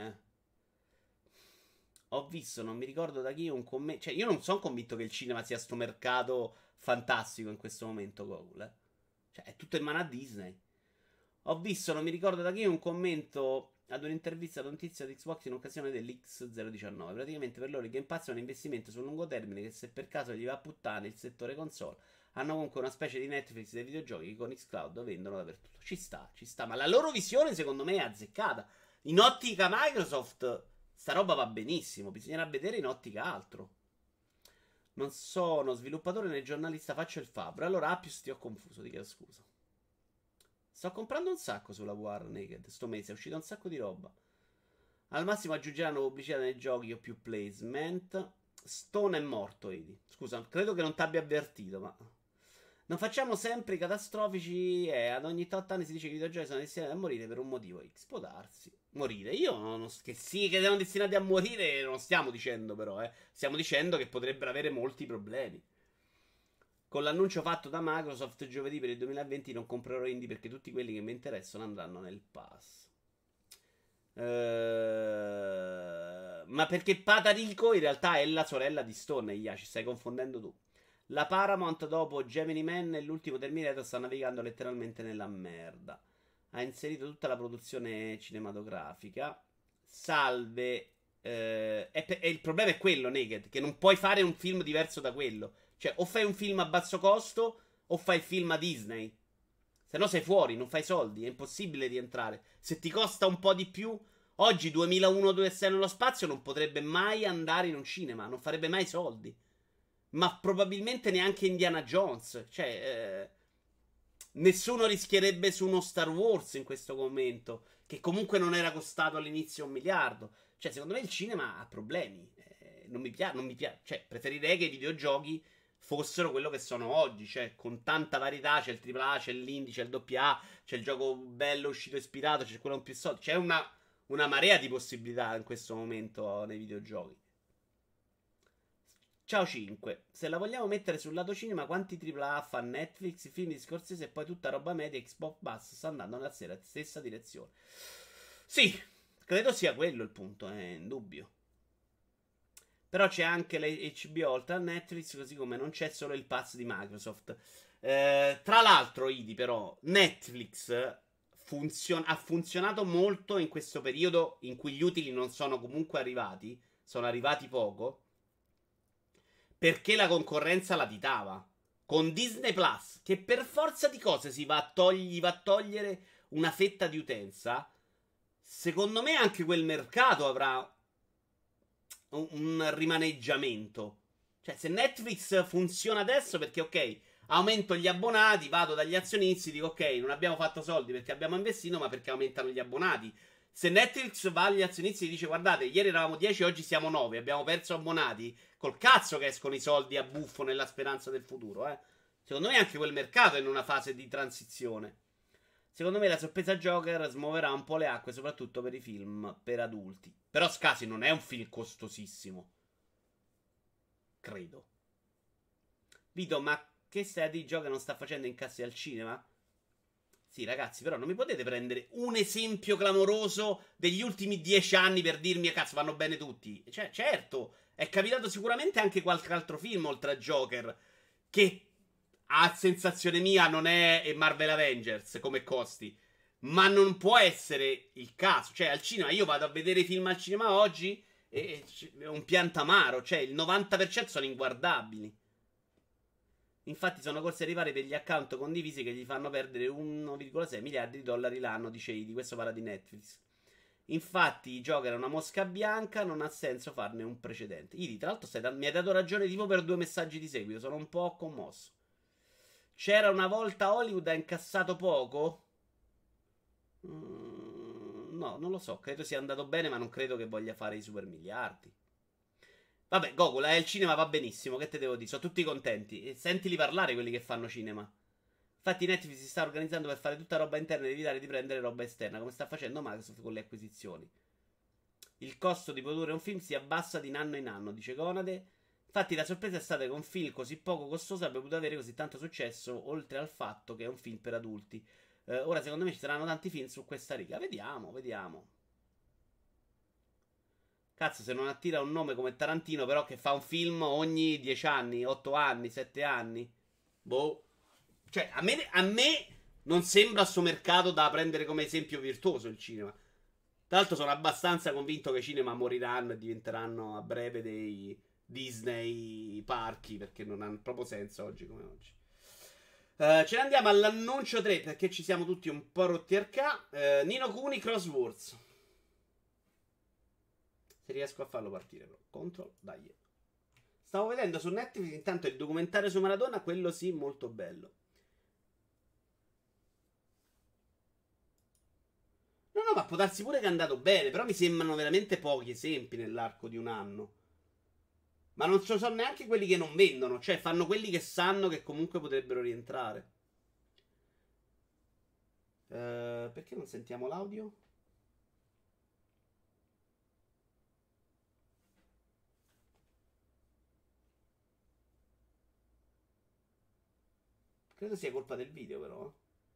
Ho visto, non mi ricordo da chi, un commento. Cioè, io non sono convinto che il cinema sia sto mercato fantastico in questo momento, Google. Cioè, è tutto in mano a Disney. Ho visto, non mi ricordo da chi, un commento ad un'intervista ad un tizio di Xbox in occasione dell'X019. Praticamente per loro il Game Pass è un investimento sul lungo termine che, se per caso gli va a puttane il settore console, hanno comunque una specie di Netflix dei videogiochi che con xCloud vendono dappertutto. Ci sta. Ma la loro visione, secondo me, è azzeccata. In ottica Microsoft, sta roba va benissimo. Bisognerà vedere in ottica altro. Non sono sviluppatore né giornalista, faccio il fabbro. Allora, Appius, ti ho confuso, ti chiedo scusa. Sto comprando un sacco sulla War Naked. Sto mese è uscita un sacco di roba. Al massimo aggiungeranno pubblicità nei giochi o più placement. Stone è morto, Edi. Scusa, credo che non ti abbia avvertito, ma non facciamo sempre i catastrofici. Ad ogni 8 anni si dice che i videogiochi sono destinati a morire per un motivo X. Può darsi. Morire. Io non, che sì, che siano destinati a morire, non stiamo dicendo, però, Stiamo dicendo che potrebbero avere molti problemi. Con l'annuncio fatto da Microsoft giovedì per il 2020 non comprerò indie perché tutti quelli che mi interessano andranno nel pass. Ma perché Patarico in realtà è la sorella di Stone, ci stai confondendo tu. La Paramount dopo Gemini Man e l'ultimo Terminator sta navigando letteralmente nella merda. Ha inserito tutta la produzione cinematografica. Salve. E il problema è quello, Naked, che non puoi fare un film diverso da quello. Cioè, o fai un film a basso costo, o fai il film a Disney. Se no sei fuori, non fai soldi, è impossibile rientrare. Se ti costa un po' di più, oggi 2001 dove sei nello spazio non potrebbe mai andare in un cinema, non farebbe mai soldi. Ma probabilmente neanche Indiana Jones. Cioè, nessuno rischierebbe su uno Star Wars in questo momento, che comunque non era costato all'inizio 1 miliardo. Cioè, secondo me il cinema ha problemi. Non mi piace. Cioè, preferirei che i videogiochi fossero quello che sono oggi, cioè con tanta varietà. C'è il AAA, c'è l'indie, c'è il AA, c'è il gioco bello uscito ispirato, c'è quello con più soldi. C'è una marea di possibilità in questo momento nei videogiochi. Ciao 5. Se la vogliamo mettere sul lato cinema, quanti AAA fa Netflix, film di Scorsese e poi tutta roba media, Xbox Bus sta andando nella stessa direzione. Sì, credo sia quello il punto, è indubbio. Però c'è anche l'HBO oltre a Netflix, così come non c'è solo il pass di Microsoft. Tra l'altro, Idi, però, Netflix ha funzionato molto in questo periodo in cui gli utili non sono comunque arrivati, sono arrivati poco, perché la concorrenza latitava. Con Disney Plus, che per forza di cose gli va a togliere una fetta di utenza, secondo me anche quel mercato avrà un rimaneggiamento. Cioè, se Netflix funziona adesso, perché ok, aumento gli abbonati, vado dagli azionisti, dico ok, non abbiamo fatto soldi perché abbiamo investito, ma perché aumentano gli abbonati. Se Netflix va agli azionisti e dice guardate, ieri eravamo 10, oggi siamo 9, abbiamo perso abbonati, col cazzo che escono i soldi a buffo nella speranza del futuro, eh. Secondo me anche quel mercato è in una fase di transizione. Secondo me la sorpresa Joker smuoverà un po' le acque, soprattutto per i film per adulti. Però Scasi non è un film costosissimo. Credo. Vito, ma che stai a dire Joker non sta facendo incassi al cinema? Sì, ragazzi, però non mi potete prendere un esempio clamoroso degli ultimi 10 anni per dirmi, cazzo, vanno bene tutti. Cioè, certo, è capitato sicuramente anche qualche altro film oltre a Joker che a sensazione mia non è Marvel Avengers come costi, ma non può essere il caso. Cioè, al cinema, io vado a vedere i film al cinema oggi e è un piantamaro, cioè il 90% sono inguardabili. Infatti sono corsi a arrivare per gli account condivisi che gli fanno perdere 1,6 miliardi di dollari l'anno, dice Idi. Questo parla di Netflix. Infatti Joker è una mosca bianca, non ha senso farne un precedente. Idi, tra l'altro mi hai dato ragione tipo per 2 messaggi di seguito, sono un po' commosso. C'era una volta Hollywood ha incassato poco? No, non lo so, credo sia andato bene, ma non credo che voglia fare i super miliardi. Vabbè, Gogol, il cinema va benissimo, che te devo dire? Sono tutti contenti. E sentili parlare quelli che fanno cinema. Infatti Netflix si sta organizzando per fare tutta roba interna ed evitare di prendere roba esterna, come sta facendo Microsoft con le acquisizioni. Il costo di produrre un film si abbassa di anno in anno, dice Conade. Infatti la sorpresa è stata che un film così poco costoso abbia potuto avere così tanto successo, oltre al fatto che è un film per adulti. Ora secondo me ci saranno tanti film su questa riga. Vediamo, vediamo. Cazzo, se non attira un nome come Tarantino, però che fa un film ogni 10 anni, 8 anni, 7 anni. Boh. Cioè, a me non sembra sto mercato da prendere come esempio virtuoso il cinema. Tra l'altro sono abbastanza convinto che i cinema moriranno e diventeranno a breve dei Disney parchi, perché non hanno proprio senso oggi come oggi. Ce ne andiamo all'annuncio 3 perché ci siamo tutti un po' rotti al ca. Nino Kuni Crosswords. Se riesco a farlo partire, però. Control, dai. Stavo vedendo su Netflix intanto il documentario su Maradona, quello sì, molto bello. No, no, ma può darsi pure che è andato bene, però mi sembrano veramente pochi esempi nell'arco di un anno. Ma non ci sono neanche quelli che non vendono, cioè fanno quelli che sanno che comunque potrebbero rientrare. Perché non sentiamo l'audio? Credo sia colpa del video, però.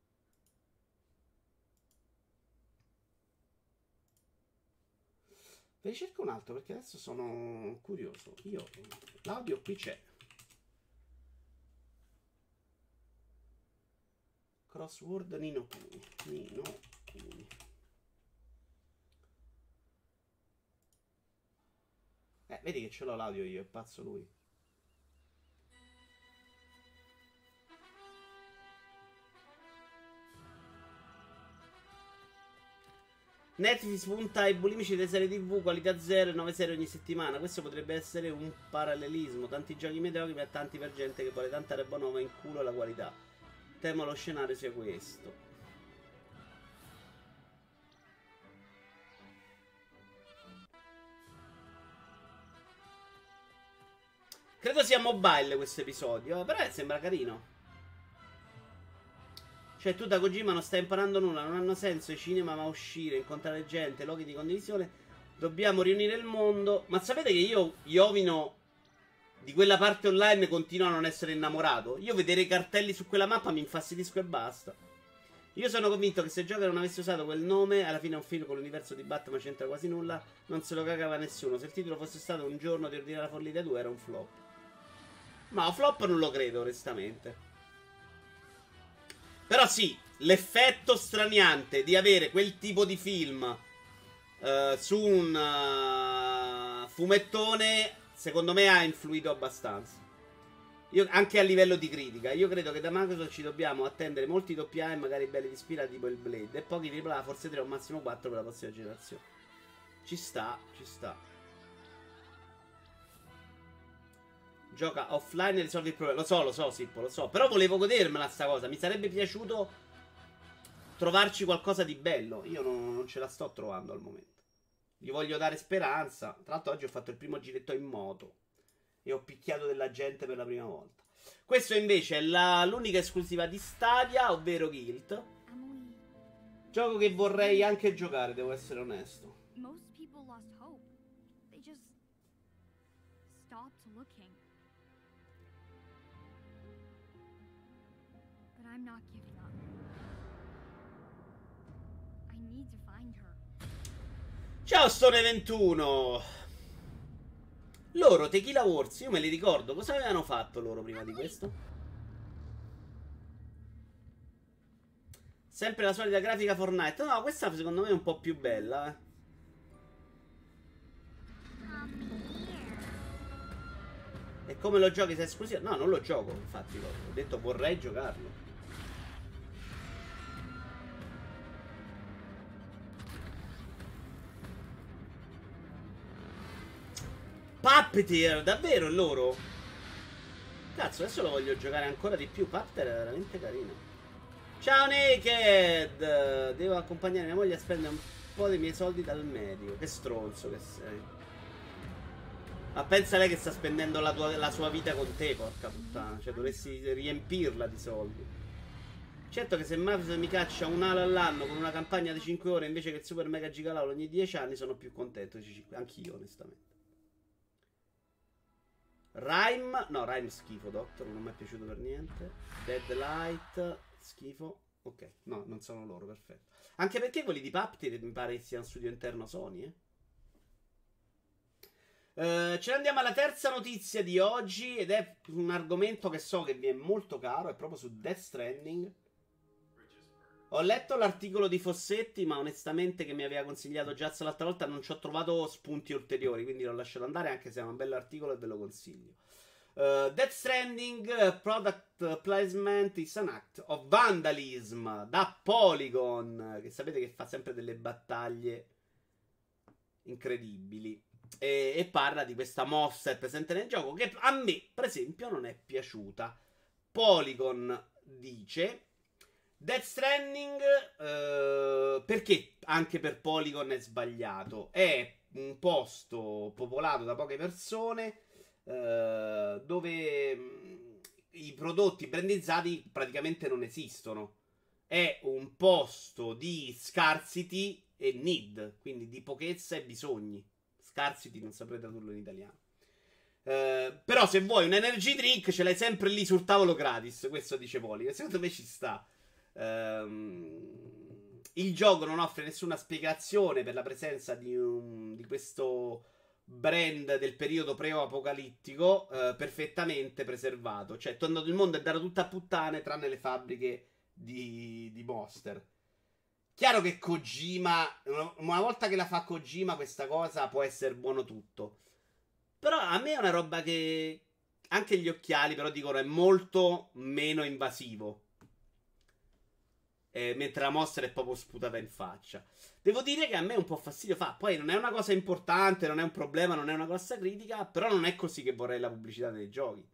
Ve ne cerco un altro perché adesso sono curioso. L'audio qui c'è. Crossword Nino Kuni. Nino Kuni. Vedi che ce l'ho l'audio io, è pazzo lui. Netflix punta ai bulimici delle serie TV, qualità 0 e 9 serie ogni settimana. Questo potrebbe essere un parallelismo. Tanti giochi mediocri e tanti per gente che vuole tanta roba nuova in culo la qualità. Temo lo scenario sia questo. Credo sia mobile questo episodio, però sembra carino. Cioè tu da Kojima non stai imparando nulla, non hanno senso i cinema ma uscire, incontrare gente, luoghi di condivisione. Dobbiamo riunire il mondo. Ma sapete che io, Iovino, di quella parte online continuo a non essere innamorato? Io vedere i cartelli su quella mappa mi infastidisco e basta. Io sono convinto che se Joker non avesse usato quel nome, alla fine un film con l'universo di Batman c'entra quasi nulla, non se lo cagava nessuno. Se il titolo fosse stato Un giorno di ordinare la follia 2 era un flop. Ma flop non lo credo, onestamente. Però sì, l'effetto straniante di avere quel tipo di film su un fumettone, secondo me ha influito abbastanza. Anche a livello di critica. Io credo che da Microsoft ci dobbiamo attendere molti AA e magari belli ispirati tipo il Blade. E pochi AAA, forse 3 o massimo 4 per la prossima generazione. Ci sta, ci sta. Gioca offline e risolvi il problema. Lo so, Sippo, lo so. Però volevo godermela sta cosa. Mi sarebbe piaciuto trovarci qualcosa di bello. Io non ce la sto trovando al momento. Gli voglio dare speranza. Tra l'altro oggi ho fatto il primo giretto in moto e ho picchiato della gente per la prima volta. Questo invece è l'unica esclusiva di Stadia, ovvero Guild. Gioco che vorrei anche giocare, devo essere onesto. Most people lost hope. They just stopped looking. But I'm not giving up. I need to find her. Ciao Stone21. Loro, Tequila Wars, io me li ricordo. Cosa avevano fatto loro prima di questo? Sempre la solita grafica Fortnite. No, questa secondo me è un po' più bella, E come lo giochi se è esclusivo? No, non lo gioco, infatti. Ho detto vorrei giocarlo. Puppeteer, davvero loro? Cazzo, adesso lo voglio giocare ancora di più. Puppeteer è veramente carino. Ciao Naked! Devo accompagnare mia moglie a spendere un po' dei miei soldi dal medico. Che stronzo che sei. Ma pensa lei che sta spendendo la sua vita con te, porca puttana. Cioè, dovresti riempirla di soldi. Certo che se Microsoft mi caccia un halo all'anno con una campagna di 5 ore invece che il super mega gigalalo ogni 10 anni, sono più contento. Anch'io, onestamente. Rhyme. No, Rhyme schifo, Doctor. Non mi è piaciuto per niente. Deadlight. Schifo. Ok, no, non sono loro, perfetto. Anche perché quelli di Puppeteer mi pare che sia un studio interno Sony, ce ne andiamo alla terza notizia di oggi ed è un argomento che so che vi è molto caro, è proprio su Death Stranding. Ho letto l'articolo di Fossetti, ma onestamente che mi aveva consigliato Jazz l'altra volta non ci ho trovato spunti ulteriori, quindi l'ho lasciato andare anche se è un bell'articolo e ve lo consiglio. Death Stranding product placement is an act of vandalism da Polygon, che sapete che fa sempre delle battaglie incredibili, e parla di questa mossa presente nel gioco che a me per esempio non è piaciuta. Polygon dice Death Stranding perché anche per Polygon è sbagliato, è un posto popolato da poche persone dove i prodotti brandizzati praticamente non esistono. È un posto di scarcity e need, quindi di pochezza e bisogni. Scarcity non saprei tradurlo in italiano. Però se vuoi un energy drink ce l'hai sempre lì sul tavolo gratis. Questo dice Polygon. Secondo me ci sta. Il gioco non offre nessuna spiegazione per la presenza di questo brand del periodo pre-apocalittico perfettamente preservato. Cioè, il mondo è dato tutta a puttane tranne le fabbriche di Monster. Chiaro che Kojima, una volta che la fa Kojima, questa cosa può essere buono tutto. Però a me è una roba che anche gli occhiali però dicono è molto meno invasivo. Mentre la mostra è proprio sputata in faccia. Devo dire che a me un po' fastidio fa. Poi non è una cosa importante, non è un problema, non è una cosa critica. Però non è così che vorrei la pubblicità dei giochi.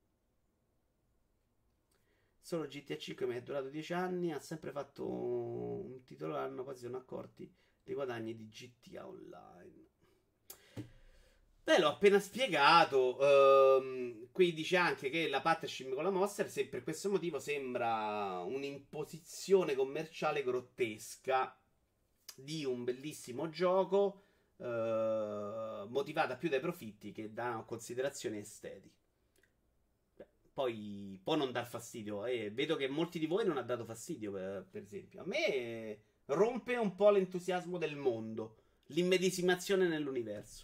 Solo GTA 5 mi è durato 10 anni. Ha sempre fatto un titolo l'anno. Poi si sono accorti dei guadagni di GTA Online. Beh, l'ho appena spiegato. Qui dice anche che la partnership con la Monster, se per questo motivo sembra un'imposizione commerciale grottesca di un bellissimo gioco motivata più dai profitti che da considerazioni estetiche. Beh, poi può non dar fastidio. Vedo che molti di voi non ha dato fastidio, per esempio. A me rompe un po' l'entusiasmo del mondo, l'immedesimazione nell'universo.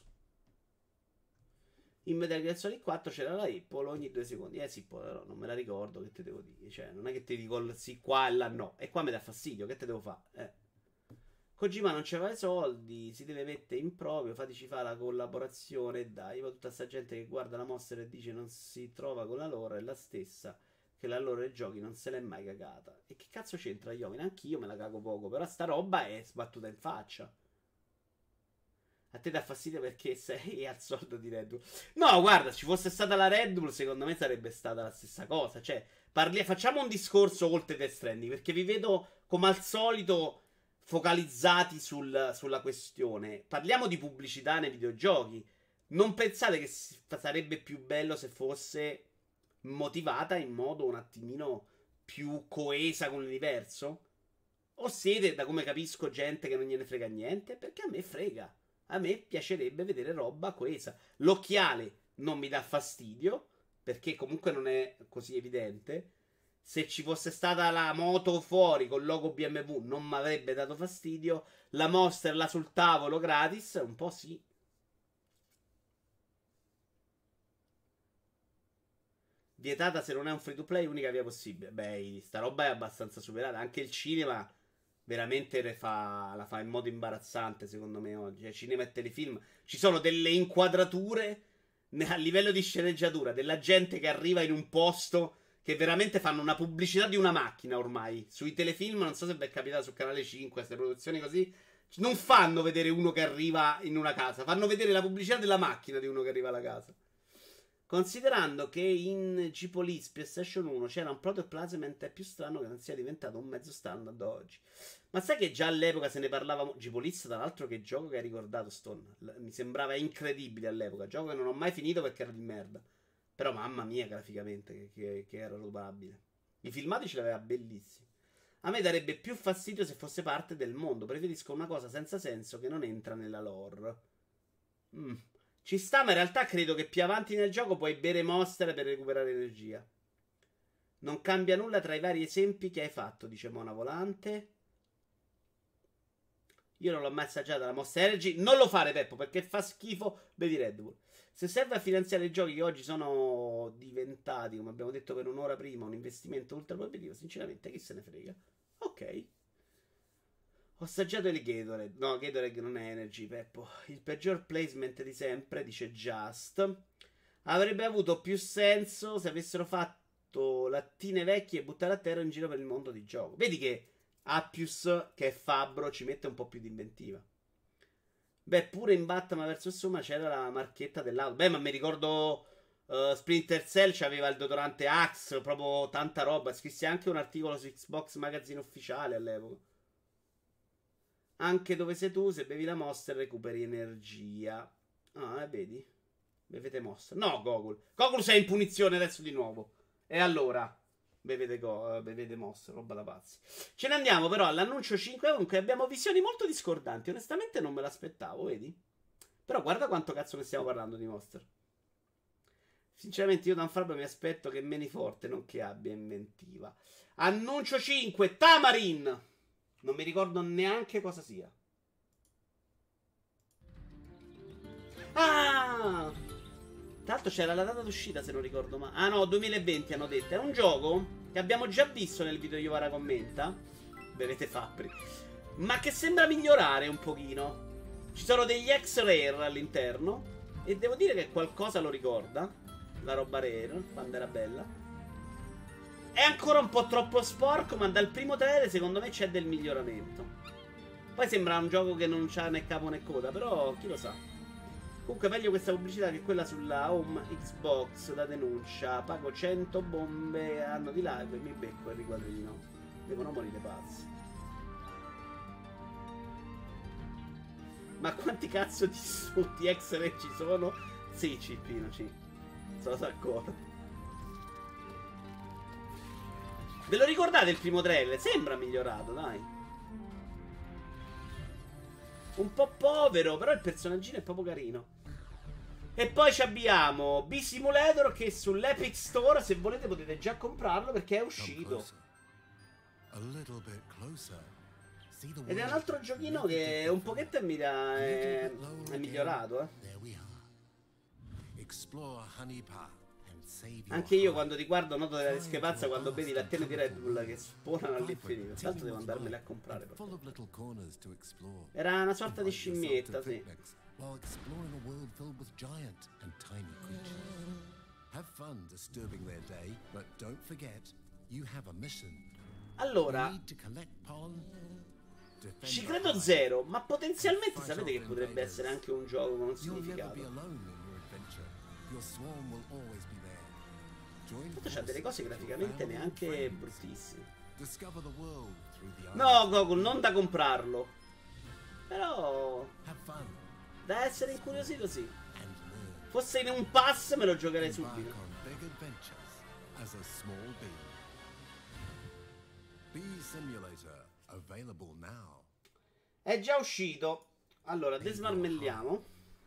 In Metal Gear Solid 4 c'era la Apple ogni 2 secondi. Sì, però non me la ricordo, che te devo dire. Cioè, non è che ti dico il sì qua e là no. E qua mi dà fastidio, che te devo fare? Kojima non c'aveva i soldi, si deve mettere in proprio, fateci fare la collaborazione. Dai, ma tutta sta gente che guarda la mostra e dice non si trova con la loro è la stessa che la loro ai giochi non se l'è mai cagata. E che cazzo c'entra Iovine? Anch'io me la cago poco, però sta roba è sbattuta in faccia. A te dà fastidio perché sei al soldo di Red Bull. No, guarda, ci fosse stata la Red Bull, secondo me sarebbe stata la stessa cosa. Cioè, facciamo un discorso oltre Death Stranding, perché vi vedo come al solito focalizzati sulla questione. Parliamo di pubblicità nei videogiochi. Non pensate che sarebbe più bello se fosse motivata in modo un attimino più coesa con l'universo? O siete, da come capisco, gente che non gliene frega niente? Perché a me frega. A me piacerebbe vedere roba coesa. L'occhiale non mi dà fastidio, perché comunque non è così evidente. Se ci fosse stata la moto fuori col logo BMW non mi avrebbe dato fastidio. La Monster là sul tavolo gratis, un po' sì. Vietata se non è un free to play, unica via possibile. Beh, sta roba è abbastanza superata. Anche il cinema veramente la fa in modo imbarazzante, secondo me, oggi. Cinema e telefilm. Ci sono delle inquadrature a livello di sceneggiatura della gente che arriva in un posto che veramente fanno una pubblicità di una macchina ormai. Sui telefilm, non so se vi è capitato su Canale 5, queste produzioni così. Non fanno vedere uno che arriva in una casa, fanno vedere la pubblicità della macchina di uno che arriva alla casa. Considerando che in G-Police PlayStation 1 c'era un Proto Placement, è più strano che non sia diventato un mezzo standard oggi. Ma sai che già all'epoca se ne parlava? G-Police, tra l'altro, che gioco che hai ricordato, Stone. Mi sembrava incredibile all'epoca. Gioco che non ho mai finito perché era di merda. Però mamma mia, graficamente, che era rubabile. I filmati ce l'aveva bellissimi. A me darebbe più fastidio se fosse parte del mondo. Preferisco una cosa senza senso che non entra nella lore. Ci sta, ma in realtà credo che più avanti nel gioco puoi bere Monster per recuperare energia. Non cambia nulla tra i vari esempi che hai fatto, dice Mona Volante. Io non l'ho mai assaggiata la Monster Energy. Non lo fare, Peppo, perché fa schifo. Bevi Red Bull. Se serve a finanziare i giochi che oggi sono diventati, come abbiamo detto per un'ora prima, un investimento ultra proibitivo, sinceramente chi se ne frega. Ok. Ho assaggiato il Gatorade. No, Gatorade non è Energy, Peppo. Il peggior placement di sempre, dice Just. Avrebbe avuto più senso se avessero fatto lattine vecchie e buttare a terra in giro per il mondo di gioco. Vedi che Appius, che è fabbro, ci mette un po' più di inventiva. Beh, pure in Batman vs Soma c'era la marchetta dell'auto. Beh, ma mi ricordo Splinter Cell c'aveva il deodorante Axe, proprio tanta roba. Scrissi anche un articolo su Xbox Magazine ufficiale all'epoca. Anche dove sei tu, se bevi la Monster recuperi energia. Ah, vedi? Bevete Monster. No, Gogol. Gogol sei in punizione adesso di nuovo. E allora? Bevete Monster, roba da pazzi. Ce ne andiamo però all'annuncio 5. Comunque abbiamo visioni molto discordanti. Onestamente non me l'aspettavo, vedi? Però guarda quanto cazzo ne stiamo parlando di Monster. Sinceramente io da un fabbro mi aspetto che meni forte, non che abbia inventiva. Annuncio 5, Tamarin. Non mi ricordo neanche cosa sia. Ah! Tra l'altro c'era la data d'uscita, se non ricordo male. Ah no, 2020 hanno detto. È un gioco che abbiamo già visto nel video Iovara commenta. Bevete Fabbri. Ma che sembra migliorare un pochino. Ci sono degli ex-rare all'interno. E devo dire che qualcosa lo ricorda. La roba rare, quando era bella. È ancora un po' troppo sporco, ma dal primo trailer secondo me c'è del miglioramento. Poi sembra un gioco che non c'ha né capo né coda, però chi lo sa. Comunque meglio questa pubblicità che quella sulla home Xbox, la denuncia. Pago 100 bombe anno di live e mi becco il riquadrino. Devono morire pazzi. Ma quanti cazzo di sutti X-Ray ci sono? Sì, Cippino, sì. Sono d'accordo. Ve lo ricordate il primo trailer? Sembra migliorato, dai. Un po' povero, però il personaggino è proprio carino. E poi abbiamo B-Simulator che sull'Epic Store, se volete, potete già comprarlo perché è uscito. Ed è un altro giochino che un pochetto è migliorato, Anche io quando ti guardo noto della discrepanza quando vedi la tele di Red Bull che spawnano all'infinito. Tra l'altro devo andarmele a comprare. Era una sorta di scimmietta, sì. Allora, ci credo zero, ma potenzialmente sapete che potrebbe essere anche un gioco con un significato. Tanto c'ha delle cose graficamente neanche bruttissime. No, Goku, non da comprarlo. Però da essere incuriosito, sì. Fosse in un pass me lo giocherei subito. È già uscito. Allora, desmarmelliamo.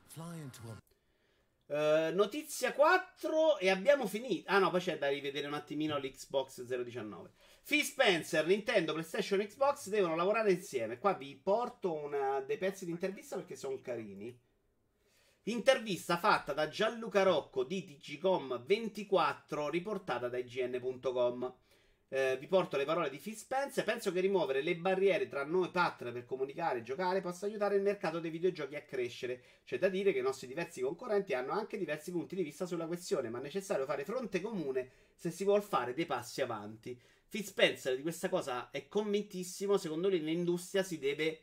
Notizia 4 e abbiamo finito. Ah no, poi c'è da rivedere un attimino l'Xbox 019. Phil Spencer, Nintendo, PlayStation e Xbox devono lavorare insieme. Qua vi porto dei pezzi di intervista perché sono carini. Intervista fatta da Gianluca Rocco di Digicom 24, riportata da IGN.com. Vi porto le parole di Phil Spencer. Penso che rimuovere le barriere tra noi partner per comunicare e giocare possa aiutare il mercato dei videogiochi a crescere. C'è da dire che i nostri diversi concorrenti hanno anche diversi punti di vista sulla questione, ma è necessario fare fronte comune se si vuol fare dei passi avanti. Phil Spencer di questa cosa è convintissimo. Secondo lui l'industria si deve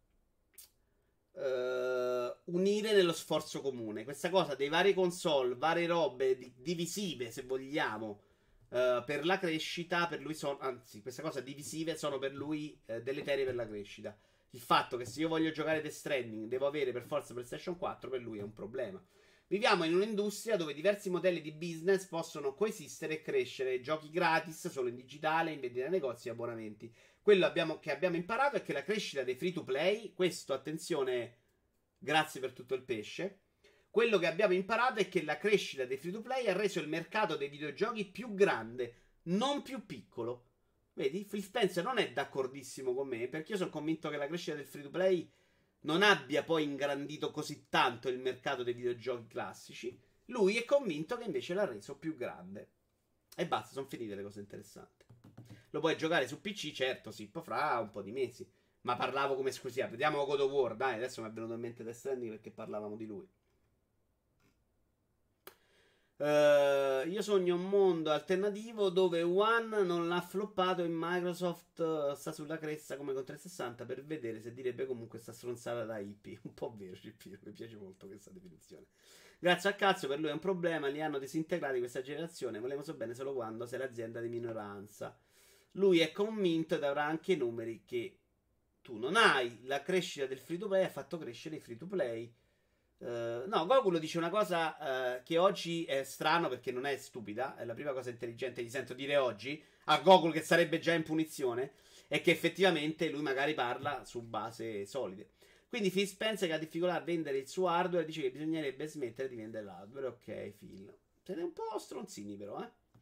unire nello sforzo comune. Questa cosa dei vari console, varie robe divisive, se vogliamo, per la crescita, per lui sono, anzi, questa cosa divisive sono per lui deleterie per la crescita. Il fatto che se io voglio giocare Death Stranding devo avere per forza PlayStation 4 per lui è un problema. Viviamo in un'industria dove diversi modelli di business possono coesistere e crescere. Giochi gratis, solo in digitale, in vendita nei negozi e abbonamenti. Quello che abbiamo imparato è che la crescita dei free to play, questo attenzione, grazie per tutto il pesce. Quello che abbiamo imparato è che la crescita dei free to play ha reso il mercato dei videogiochi più grande, non più piccolo. Vedi, Phil Spencer non è d'accordissimo con me, perché io sono convinto che la crescita del free to play non abbia poi ingrandito così tanto il mercato dei videogiochi classici. Lui è convinto che invece l'ha reso più grande. E basta, sono finite le cose interessanti. Lo puoi giocare su PC, certo, sì, poi fra un po' di mesi. Ma parlavo come esclusiva. Vediamo God of War, dai, adesso mi è venuto in mente Death Stranding perché parlavamo di lui. Io sogno un mondo alternativo dove One non l'ha floppato e Microsoft sta sulla cresta come con 360 per vedere se direbbe comunque sta stronzata da IP. Un po' vero, Cipino, mi piace molto questa definizione. Grazie al cazzo, per lui è un problema, li hanno disintegrati questa generazione, volevo so bene solo quando sei l'azienda di minoranza. Lui è convinto ed avrà anche i numeri che tu non hai. La crescita del free to play ha fatto crescere i free to play. No, Goku dice una cosa che oggi è strano perché non è stupida. È la prima cosa intelligente che gli sento dire oggi a Goku, che sarebbe già in punizione. È che effettivamente lui magari parla su base solide. Quindi Phil Spencer, che ha difficoltà a vendere il suo hardware, dice che bisognerebbe smettere di vendere l'hardware. Ok, Phil. Siete un po' stronzini, però,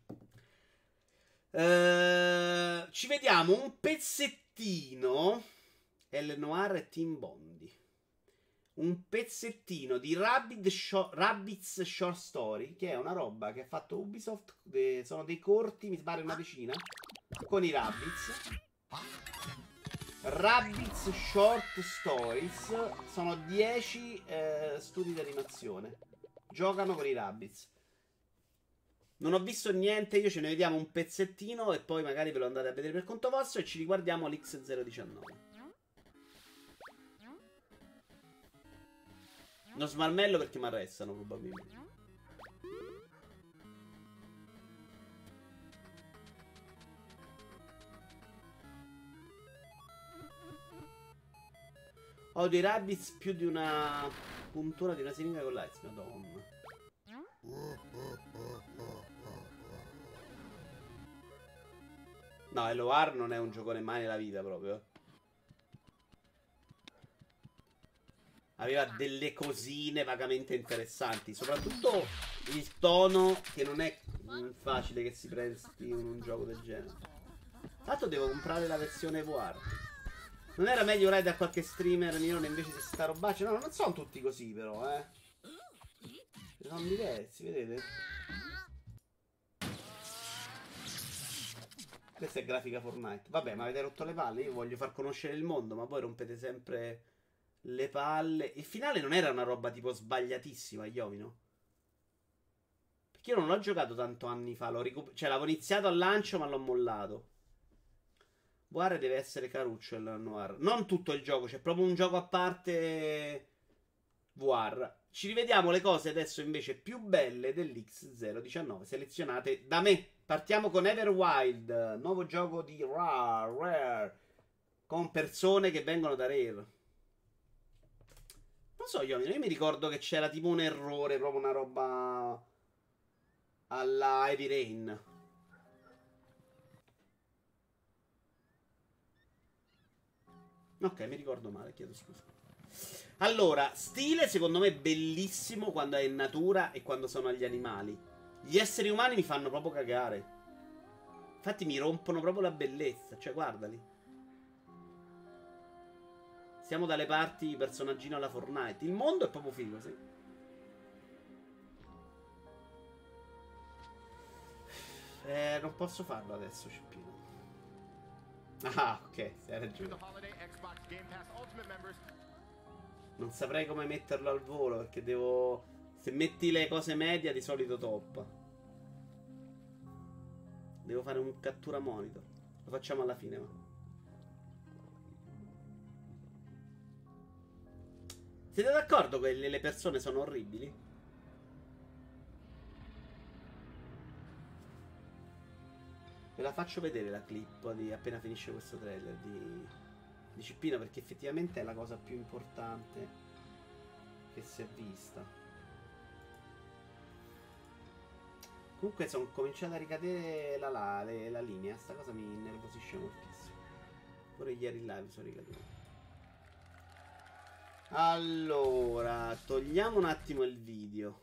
ci vediamo un pezzettino. El Noir e Team Bondi. Un pezzettino di Rabbids Short Story, che è una roba che ha fatto Ubisoft. Sono dei corti, mi pare una decina, con i Rabbids. Rabbids Short Stories. Sono 10 studi di animazione. Giocano con i Rabbids. Non ho visto niente, io ce ne vediamo un pezzettino e poi magari ve lo andate a vedere per conto vostro e ci riguardiamo l'X019. Non smarmello perché mi arrestano probabilmente. Ho dei Rabbids più di una puntura di una siringa con l'ice, madonna. No, Eloar non è un giocone mai nella vita proprio. Aveva delle cosine vagamente interessanti. Soprattutto il tono, che non è facile che si presti in un gioco del genere. Tanto devo comprare la versione VR. Non era meglio ride a qualche streamer minore invece di sta robaccia? No, non sono tutti così però, sono diversi, vedete? Questa è grafica Fortnite. Vabbè, ma avete rotto le palle? Io voglio far conoscere il mondo, ma voi rompete sempre le palle. Il finale non era una roba tipo sbagliatissima, Iovino. Perché io non l'ho giocato tanto anni fa. Cioè, l'avevo iniziato al lancio, ma l'ho mollato. VR deve essere caruccio il Noir. Non tutto il gioco, c'è proprio un gioco a parte VR. Ci rivediamo le cose adesso invece più belle dell'X019, selezionate da me. Partiamo con Everwild, nuovo gioco di Rare. con persone che vengono da Rare. Non so, io mi ricordo che c'era tipo un errore, proprio una roba alla Heavy Rain. Ok, mi ricordo male, chiedo scusa. Allora, stile secondo me bellissimo quando è in natura e quando sono agli animali. Gli esseri umani mi fanno proprio cagare. Infatti mi rompono proprio la bellezza. Cioè, guardali. Siamo dalle parti personaggino alla Fortnite. Il mondo è proprio figo, sì. Non posso farlo adesso, Cippino. Ah, ok, hai ragione. Non saprei come metterlo al volo perché devo... Se metti le cose media di solito top. Devo fare un cattura monitor. Lo facciamo alla fine, ma. Siete d'accordo che le persone sono orribili? Ve la faccio vedere la clip di appena finisce questo trailer di Cippino, perché effettivamente è la cosa più importante che si è vista. Comunque sono cominciato a ricadere la linea. Sta cosa mi innervosisce moltissimo. Pure ieri in live sono ricaduto. Allora, togliamo un attimo il video.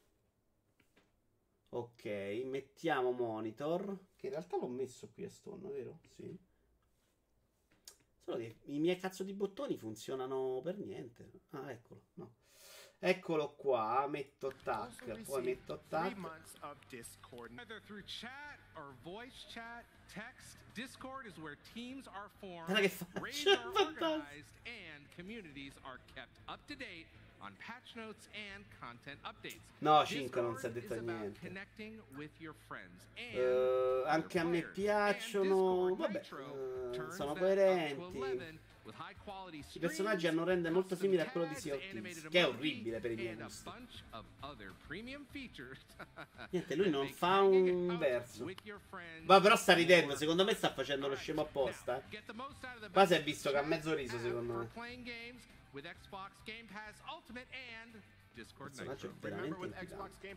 Ok, mettiamo monitor. Che in realtà l'ho messo qui a storno, vero? Sì. Solo che i miei cazzo di bottoni funzionano per niente. Ah, eccolo, no. Eccolo qua, metto tac, poi metto tac. Guarda che faccio, no, 5 non si è detto niente. Anche a me piacciono. Vabbè, sono coerenti. I personaggi hanno un render molto simile a quello di Sea of Thieves, che è orribile per i miei gusti. Niente, lui non fa un verso. Ma però sta ridendo, secondo me sta facendo lo scemo apposta. Qua si è visto che ha mezzo riso, secondo me. Il personaggio è veramente inquietante.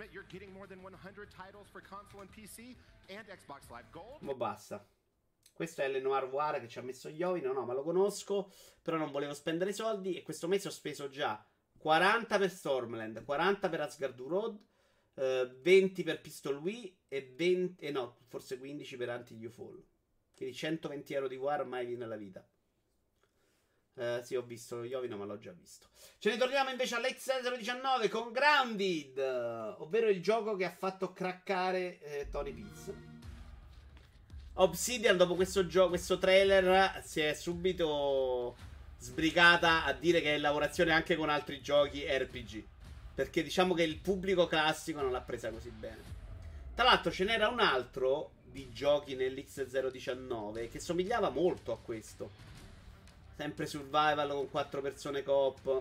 Ma basta. Questo è Lenoir War che ci ha messo Iovino. No, ma lo conosco. Però non volevo spendere soldi. E questo mese ho speso già 40 per Stormland, 40 per Asgard Road, 20 per Pistol Wii e 20. No, forse 15 per Anti-You Fall. Quindi 120 euro di War mai nella vita. Sì, ho visto Iovino, ma l'ho già visto. Ce ne torniamo invece all'X019 con Grounded, ovvero il gioco che ha fatto craccare Tony Piz. Obsidian, dopo questo trailer, si è subito sbrigata a dire che è in lavorazione anche con altri giochi RPG. Perché diciamo che il pubblico classico non l'ha presa così bene. Tra l'altro ce n'era un altro di giochi nell'X019 che somigliava molto a questo. Sempre survival con 4 persone coop.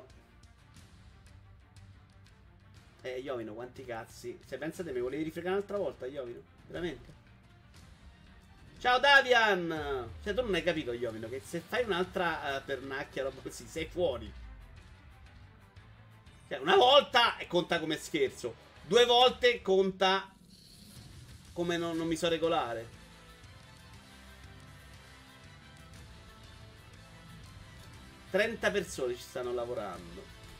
Iovino, quanti cazzi. Se pensate, mi volevi rifregare un'altra volta, Iovino? Veramente? Ciao Davian! Cioè, tu non hai capito, Iovino, che se fai un'altra pernacchia, roba così, sei fuori. Cioè, una volta conta come scherzo. 2 volte conta come non mi so regolare. ...30 persone ci stanno lavorando.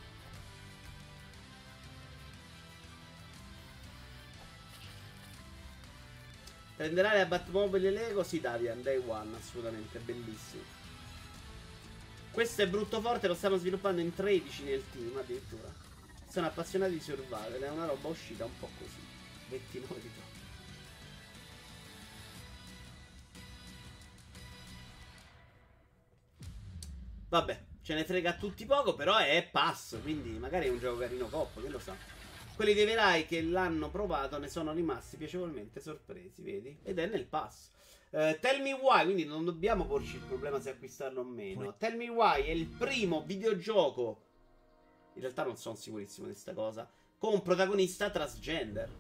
Prenderai la Batmobile Lego? Sì, Davian, Day One, assolutamente, bellissimo. Questo è brutto forte, lo stanno sviluppando in 13 nel team, addirittura. Sono appassionati di survival, è una roba uscita un po' così. 29 di troppo. Vabbè, ce ne frega a tutti poco, però è pass, quindi magari è un gioco carino coppa, che lo sa. Quelli dei verai che l'hanno provato ne sono rimasti piacevolmente sorpresi, vedi? Ed è nel pass. Tell Me Why, quindi non dobbiamo porci il problema se acquistarlo o meno. Tell Me Why è il primo videogioco, in realtà non sono sicurissimo di questa cosa, con un protagonista transgender.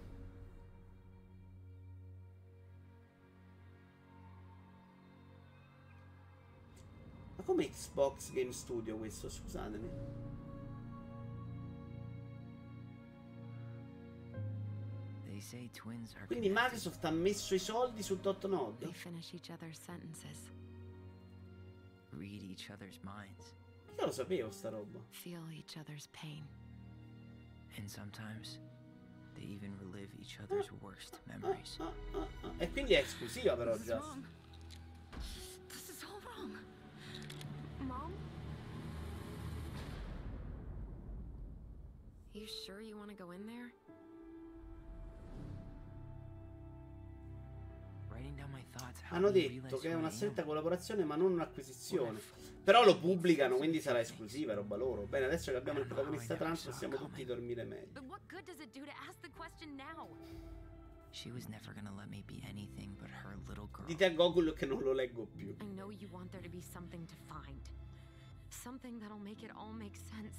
come Xbox Game Studio questo? Scusatemi. Quindi Microsoft ha messo i soldi su Dotnod? They finish each other's sentences. Read each other's minds. Io lo sapevo sta roba. Feel each other's pain. And sometimes they even relive each other's worst memories. E quindi è esclusiva però, This is Just. wrong. This is all wrong. Mom? You sure you want to go in there? Writing down my thoughts. How Hanno do you detto realize che è who una I am? stretta collaborazione ma non un'acquisizione. Però lo pubblicano, quindi sarà esclusiva, roba loro. Bene, adesso che abbiamo il protagonista trans possiamo tutti dormire meglio. But what good does it do to ask the question now? She was never gonna let me be anything but her little girl. Dite a Gogol che non lo leggo più. I know you want there to be something to find. Something that'll make it all make sense.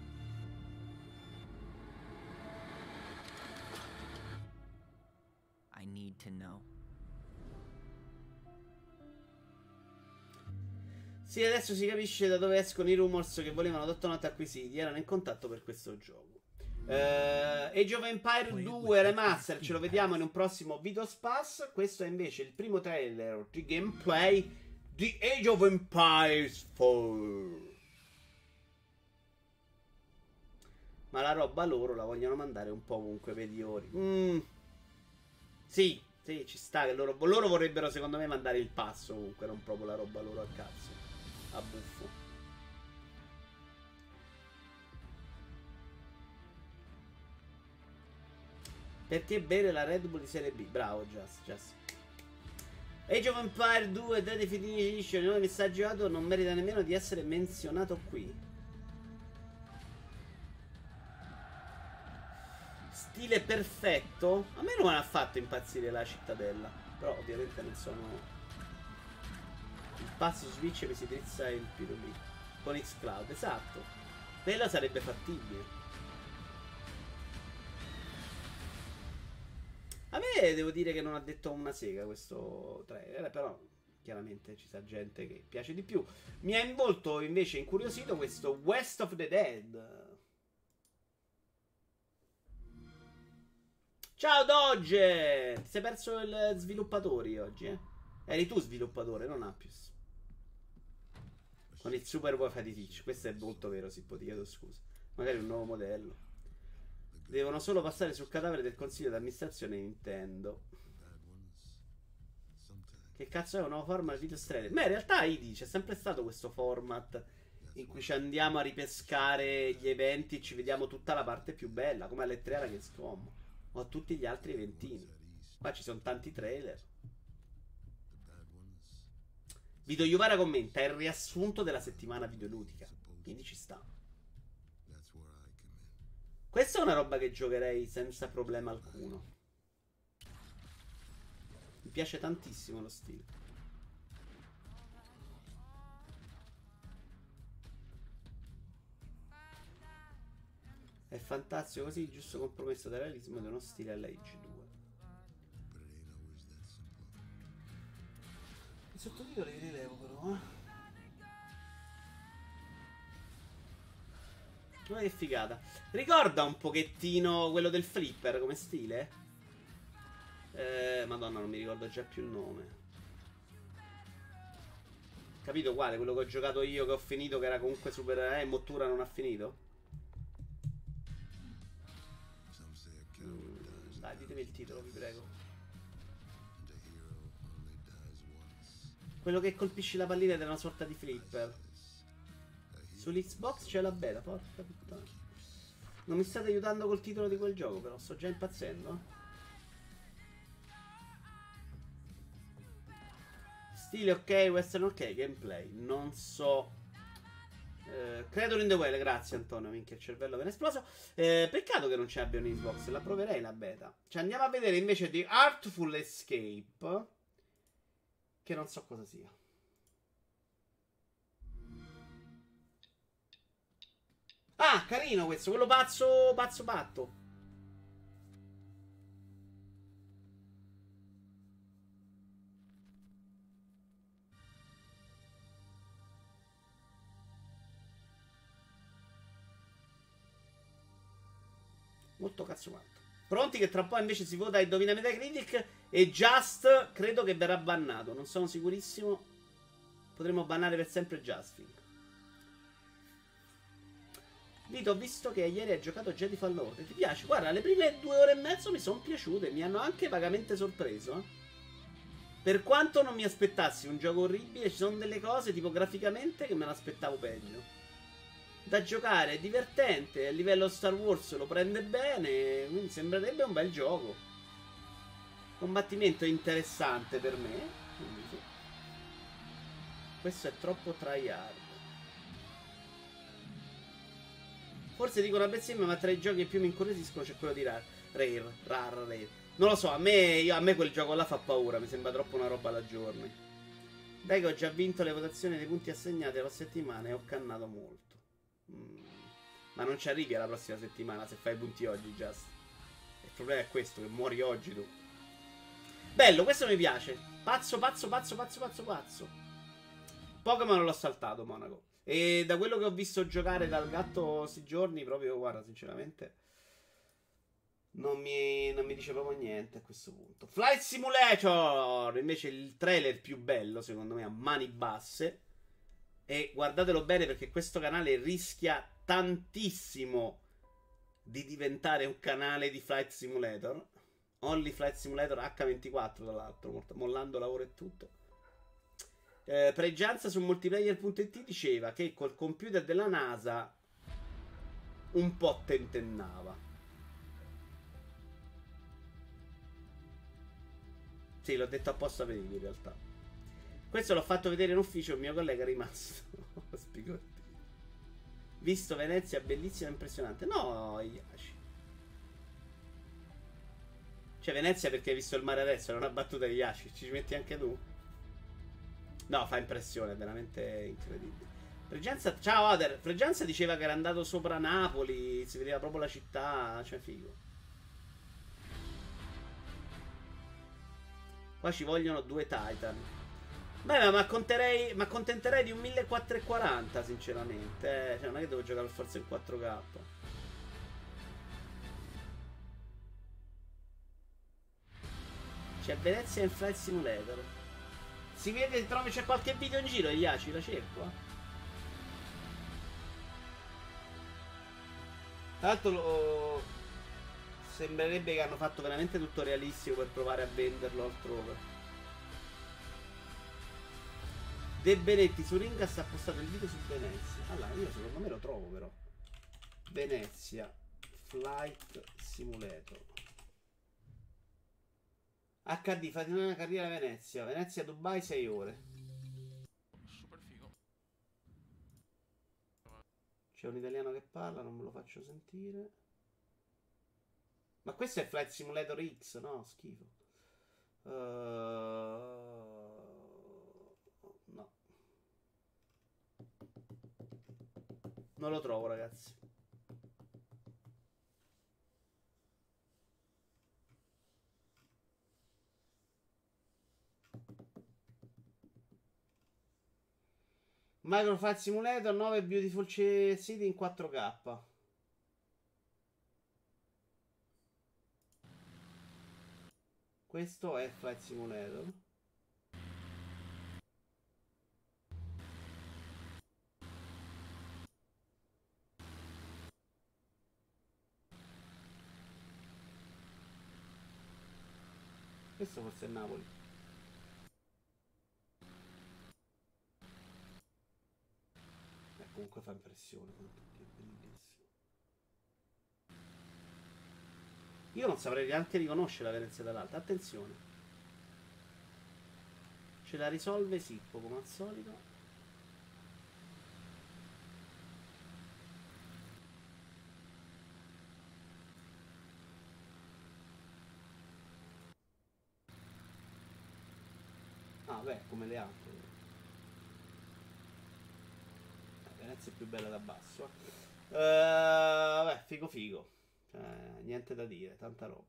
I need to know. Sì, adesso si capisce da dove escono i rumors che volevano Dottonaut acquisiti. Erano in contatto per questo gioco. Age of Empire 2 Remaster ce lo vediamo in un prossimo Videos Pass. Questo è invece il primo trailer di gameplay di Age of Empires 4. Ma la roba loro la vogliono mandare un po' ovunque, vedi Ori. Sì, ci sta che loro vorrebbero secondo me mandare il passo ovunque, non proprio la roba loro a cazzo. A buffo. Perché bere la Red Bull di serie B? Bravo, Just. Age of Empire 2 The Definition, il nuovo messaggio audio non merita nemmeno di essere menzionato qui. Stile perfetto. A me non ha fatto impazzire la cittadella. Però ovviamente non sono... Il passo Switch mi si drizza il pirulì. Con xCloud, esatto. Quella sarebbe fattibile. A me devo dire che non ha detto una sega questo trailer, però chiaramente ci sa gente che piace di più. Mi ha molto invece incuriosito questo West of the Dead. Ciao Dodge! Ti sei perso il sviluppatori oggi, eh? Eri tu sviluppatore, non Appius. Con il super wifi di Twitch. Questo è molto vero, Sippo, ti chiedo scusa. Magari un nuovo modello. Devono solo passare sul cadavere del consiglio d'amministrazione Nintendo. Che cazzo è un nuovo format video streaming? Ma in realtà ID c'è sempre stato questo format in cui ci andiamo a ripescare gli eventi, ci vediamo tutta la parte più bella, come alle 3 alla Gamescom o a tutti gli altri eventini. Qua ci sono tanti trailer. Video Yuvara commenta: è il riassunto della settimana videoludica, quindi ci sta. Questa è una roba che giocherei senza problema alcuno. Mi piace tantissimo lo stile. È fantastico così, giusto compromesso da realismo ed uno stile alla Age 2. I sottotitoli li rilevo però, Ma che figata. Ricorda un pochettino quello del flipper come stile? Madonna, non mi ricordo già più il nome. Capito quale? Quello che ho giocato io, che ho finito, che era comunque super... Mottura non ha finito? Dai, ditemi il titolo, vi prego. Quello che colpisci la pallina ed è una sorta di flipper. Sull'Xbox c'è la beta, porca puttana. Non mi state aiutando col titolo di quel gioco, però sto già impazzendo. Stile ok, western ok, gameplay. Non so. Creator in the Well, grazie Antonio, minchia il cervello me ne è esploso. Peccato che non ci abbia un Xbox, la proverei la beta. Cioè andiamo a vedere invece di Artful Escape, che non so cosa sia. Ah, carino questo, quello pazzo patto. molto cazzo matto. Pronti che tra un po' invece si vota e Indovina Metacritic e Just credo che verrà bannato, non sono sicurissimo. Potremmo bannare per sempre Justin. Vito, ho visto che ieri hai giocato Jedi Fallen Order. Ti piace? Guarda, le prime 2 ore e mezzo mi sono piaciute. Mi hanno anche vagamente sorpreso. Per quanto non mi aspettassi un gioco orribile, ci sono delle cose tipo graficamente che me l'aspettavo peggio. Da giocare, è divertente. A livello Star Wars lo prende bene. Quindi sembrerebbe un bel gioco. Combattimento interessante per me. Quindi sì. Questo è troppo tryhard. Forse dico una bestemmia, ma tra i giochi che più mi incuriosiscono c'è quello di Rare. Non lo so, a me quel gioco là fa paura, mi sembra troppo una roba da giorni. Dai che ho già vinto le votazioni dei punti assegnati alla settimana e ho cannato molto. Ma non ci arrivi alla prossima settimana se fai i punti oggi, Just. Il problema è questo, che muori oggi tu. Bello, questo mi piace. Pazzo. Pokémon l'ho saltato, Monaco. E da quello che ho visto giocare dal gatto sti giorni, proprio, guarda, sinceramente, non mi dice proprio niente a questo punto. Flight Simulator, invece il trailer più bello, secondo me, a mani basse. E guardatelo bene perché questo canale rischia tantissimo di diventare un canale di Flight Simulator. Only Flight Simulator H24, tra l'altro, mollando lavoro e tutto. Pregianza su multiplayer.it diceva che col computer della NASA un po' tentennava. Sì, l'ho detto apposta per in realtà. Questo l'ho fatto vedere in ufficio, il mio collega è rimasto spigottino. Visto Venezia, bellissima e impressionante. No, Iaci. Cioè Venezia perché hai visto il mare adesso, era una battuta di Iaci. Ci metti anche tu? No, fa impressione, è veramente incredibile. Fregianza, ciao Ader. Fregianza diceva che era andato sopra Napoli, si vedeva proprio la città, cioè figo. Qua ci vogliono 2 Titan. Beh, ma accontenterei di un 1440, sinceramente. Cioè, non è che devo giocare forse in 4K. C'è Venezia in Flight Simulator. Si vede, trovi, c'è qualche video in giro, Iaci, la cerco. Tra l'altro sembrerebbe che hanno fatto veramente tutto realistico per provare a venderlo altrove. De Benetti su Ringas ha postato il video su Venezia. Allora, io secondo me lo trovo però. Venezia Flight Simulator. HD, fate una carriera a Venezia. Venezia Dubai 6 ore. Super figo. C'è un italiano che parla, non me lo faccio sentire. Ma questo è Flight Simulator X, no? Schifo. No. Non lo trovo, ragazzi. Micro Flight Simulator 9 Beautiful City in 4K. Questo è Flight Simulator. Questo forse è Napoli. Comunque fa impressione. È bellissimo. Io non saprei neanche riconoscere la Venezia dall'alto. Attenzione. Ce la risolve Sippo come al solito. Ah beh, come le altre. Venezia è più bella da basso. Vabbè, figo. Niente da dire, tanta roba.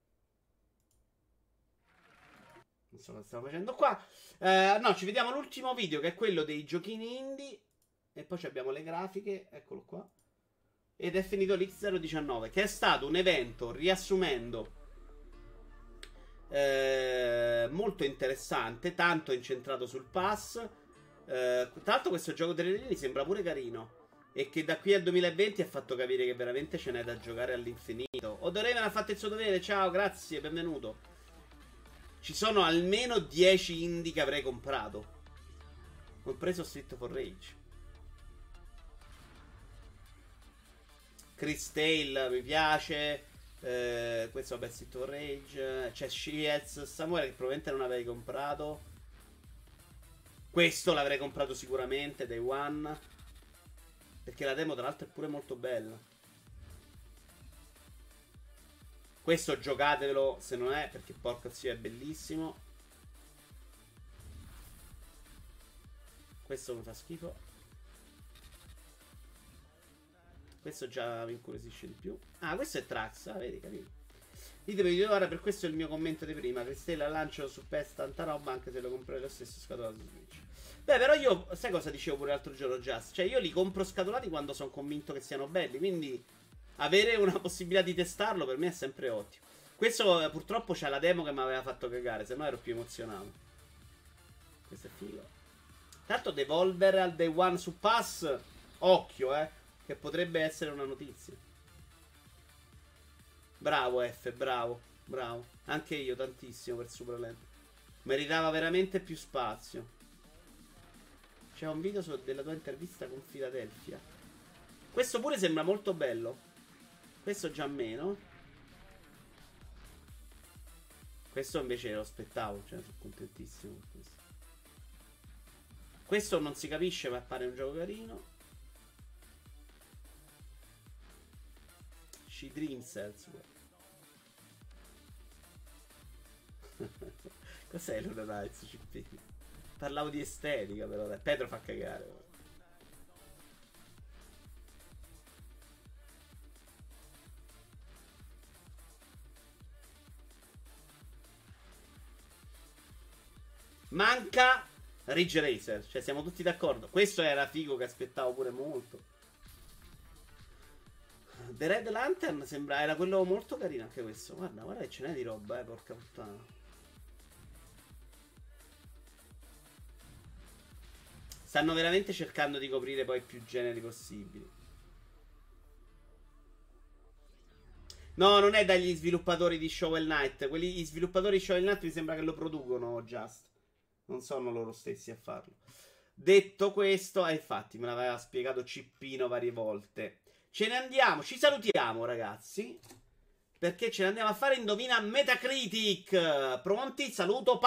Non so cosa stiamo facendo qua. No, ci vediamo l'ultimo video che è quello dei giochini indie. E poi abbiamo le grafiche. Eccolo qua. ed è finito l'X019, che è stato un evento, riassumendo, molto interessante, tanto incentrato sul pass. Tra l'altro questo gioco delle linee sembra pure carino, e che da qui al 2020 ha fatto capire che veramente ce n'è da giocare all'infinito. Odoreven ha fatto il suo dovere, ciao, grazie, benvenuto. Ci sono almeno 10 indie che avrei comprato, compreso Street for Rage. Chris Tale mi piace. Questo vabbè, Street for Rage. C'è Shields Samuele che probabilmente non avevi comprato. Questo l'avrei comprato sicuramente, Day One, perché la demo tra l'altro è pure molto bella. Questo giocatevelo se non è, perché porca zia è bellissimo. Questo mi fa schifo. Questo già mi incuriosisce di più. Ah, questo è Trax, vedi, capito. Ditemi di ora, per questo è il mio commento di prima. Cristella lancio su PES tanta roba, anche se lo comprerei lo stesso scatolato su Switch. Beh, però io, sai cosa dicevo pure l'altro giorno, Just? Cioè, io li compro scatolati quando sono convinto che siano belli, quindi avere una possibilità di testarlo per me è sempre ottimo. Questo purtroppo c'ha la demo che mi aveva fatto cagare, se no ero più emozionato. Questo è figo. Tanto Devolver al Day One su Pass, occhio, che potrebbe essere una notizia. Bravo F, bravo, bravo. Anche io tantissimo per Superland. Meritava veramente più spazio. C'è un video della tua intervista con Philadelphia. Questo pure sembra molto bello. Questo già meno. Questo invece lo aspettavo, cioè sono contentissimo per questo. Questo non si capisce, ma appare un gioco carino. She Dreams Elsewhere. Cos'è Luna Nights CP? Parlavo di estetica, però dai. Pedro fa cagare. Manca Ridge Racer, cioè siamo tutti d'accordo. Questo era figo, che aspettavo pure molto. The Red Lantern sembra, era quello molto carino anche questo. Guarda, guarda che ce n'è di roba, porca puttana. Stanno veramente cercando di coprire poi più generi possibili. No, non è dagli sviluppatori di Shovel Knight. Gli sviluppatori di Shovel Knight mi sembra che lo producono Just. Non sono loro stessi a farlo. Detto questo, infatti me l'aveva spiegato Cippino varie volte. Ce ne andiamo, ci salutiamo ragazzi, perché ce ne andiamo a fare Indovina Metacritic. Pronti? Saluto.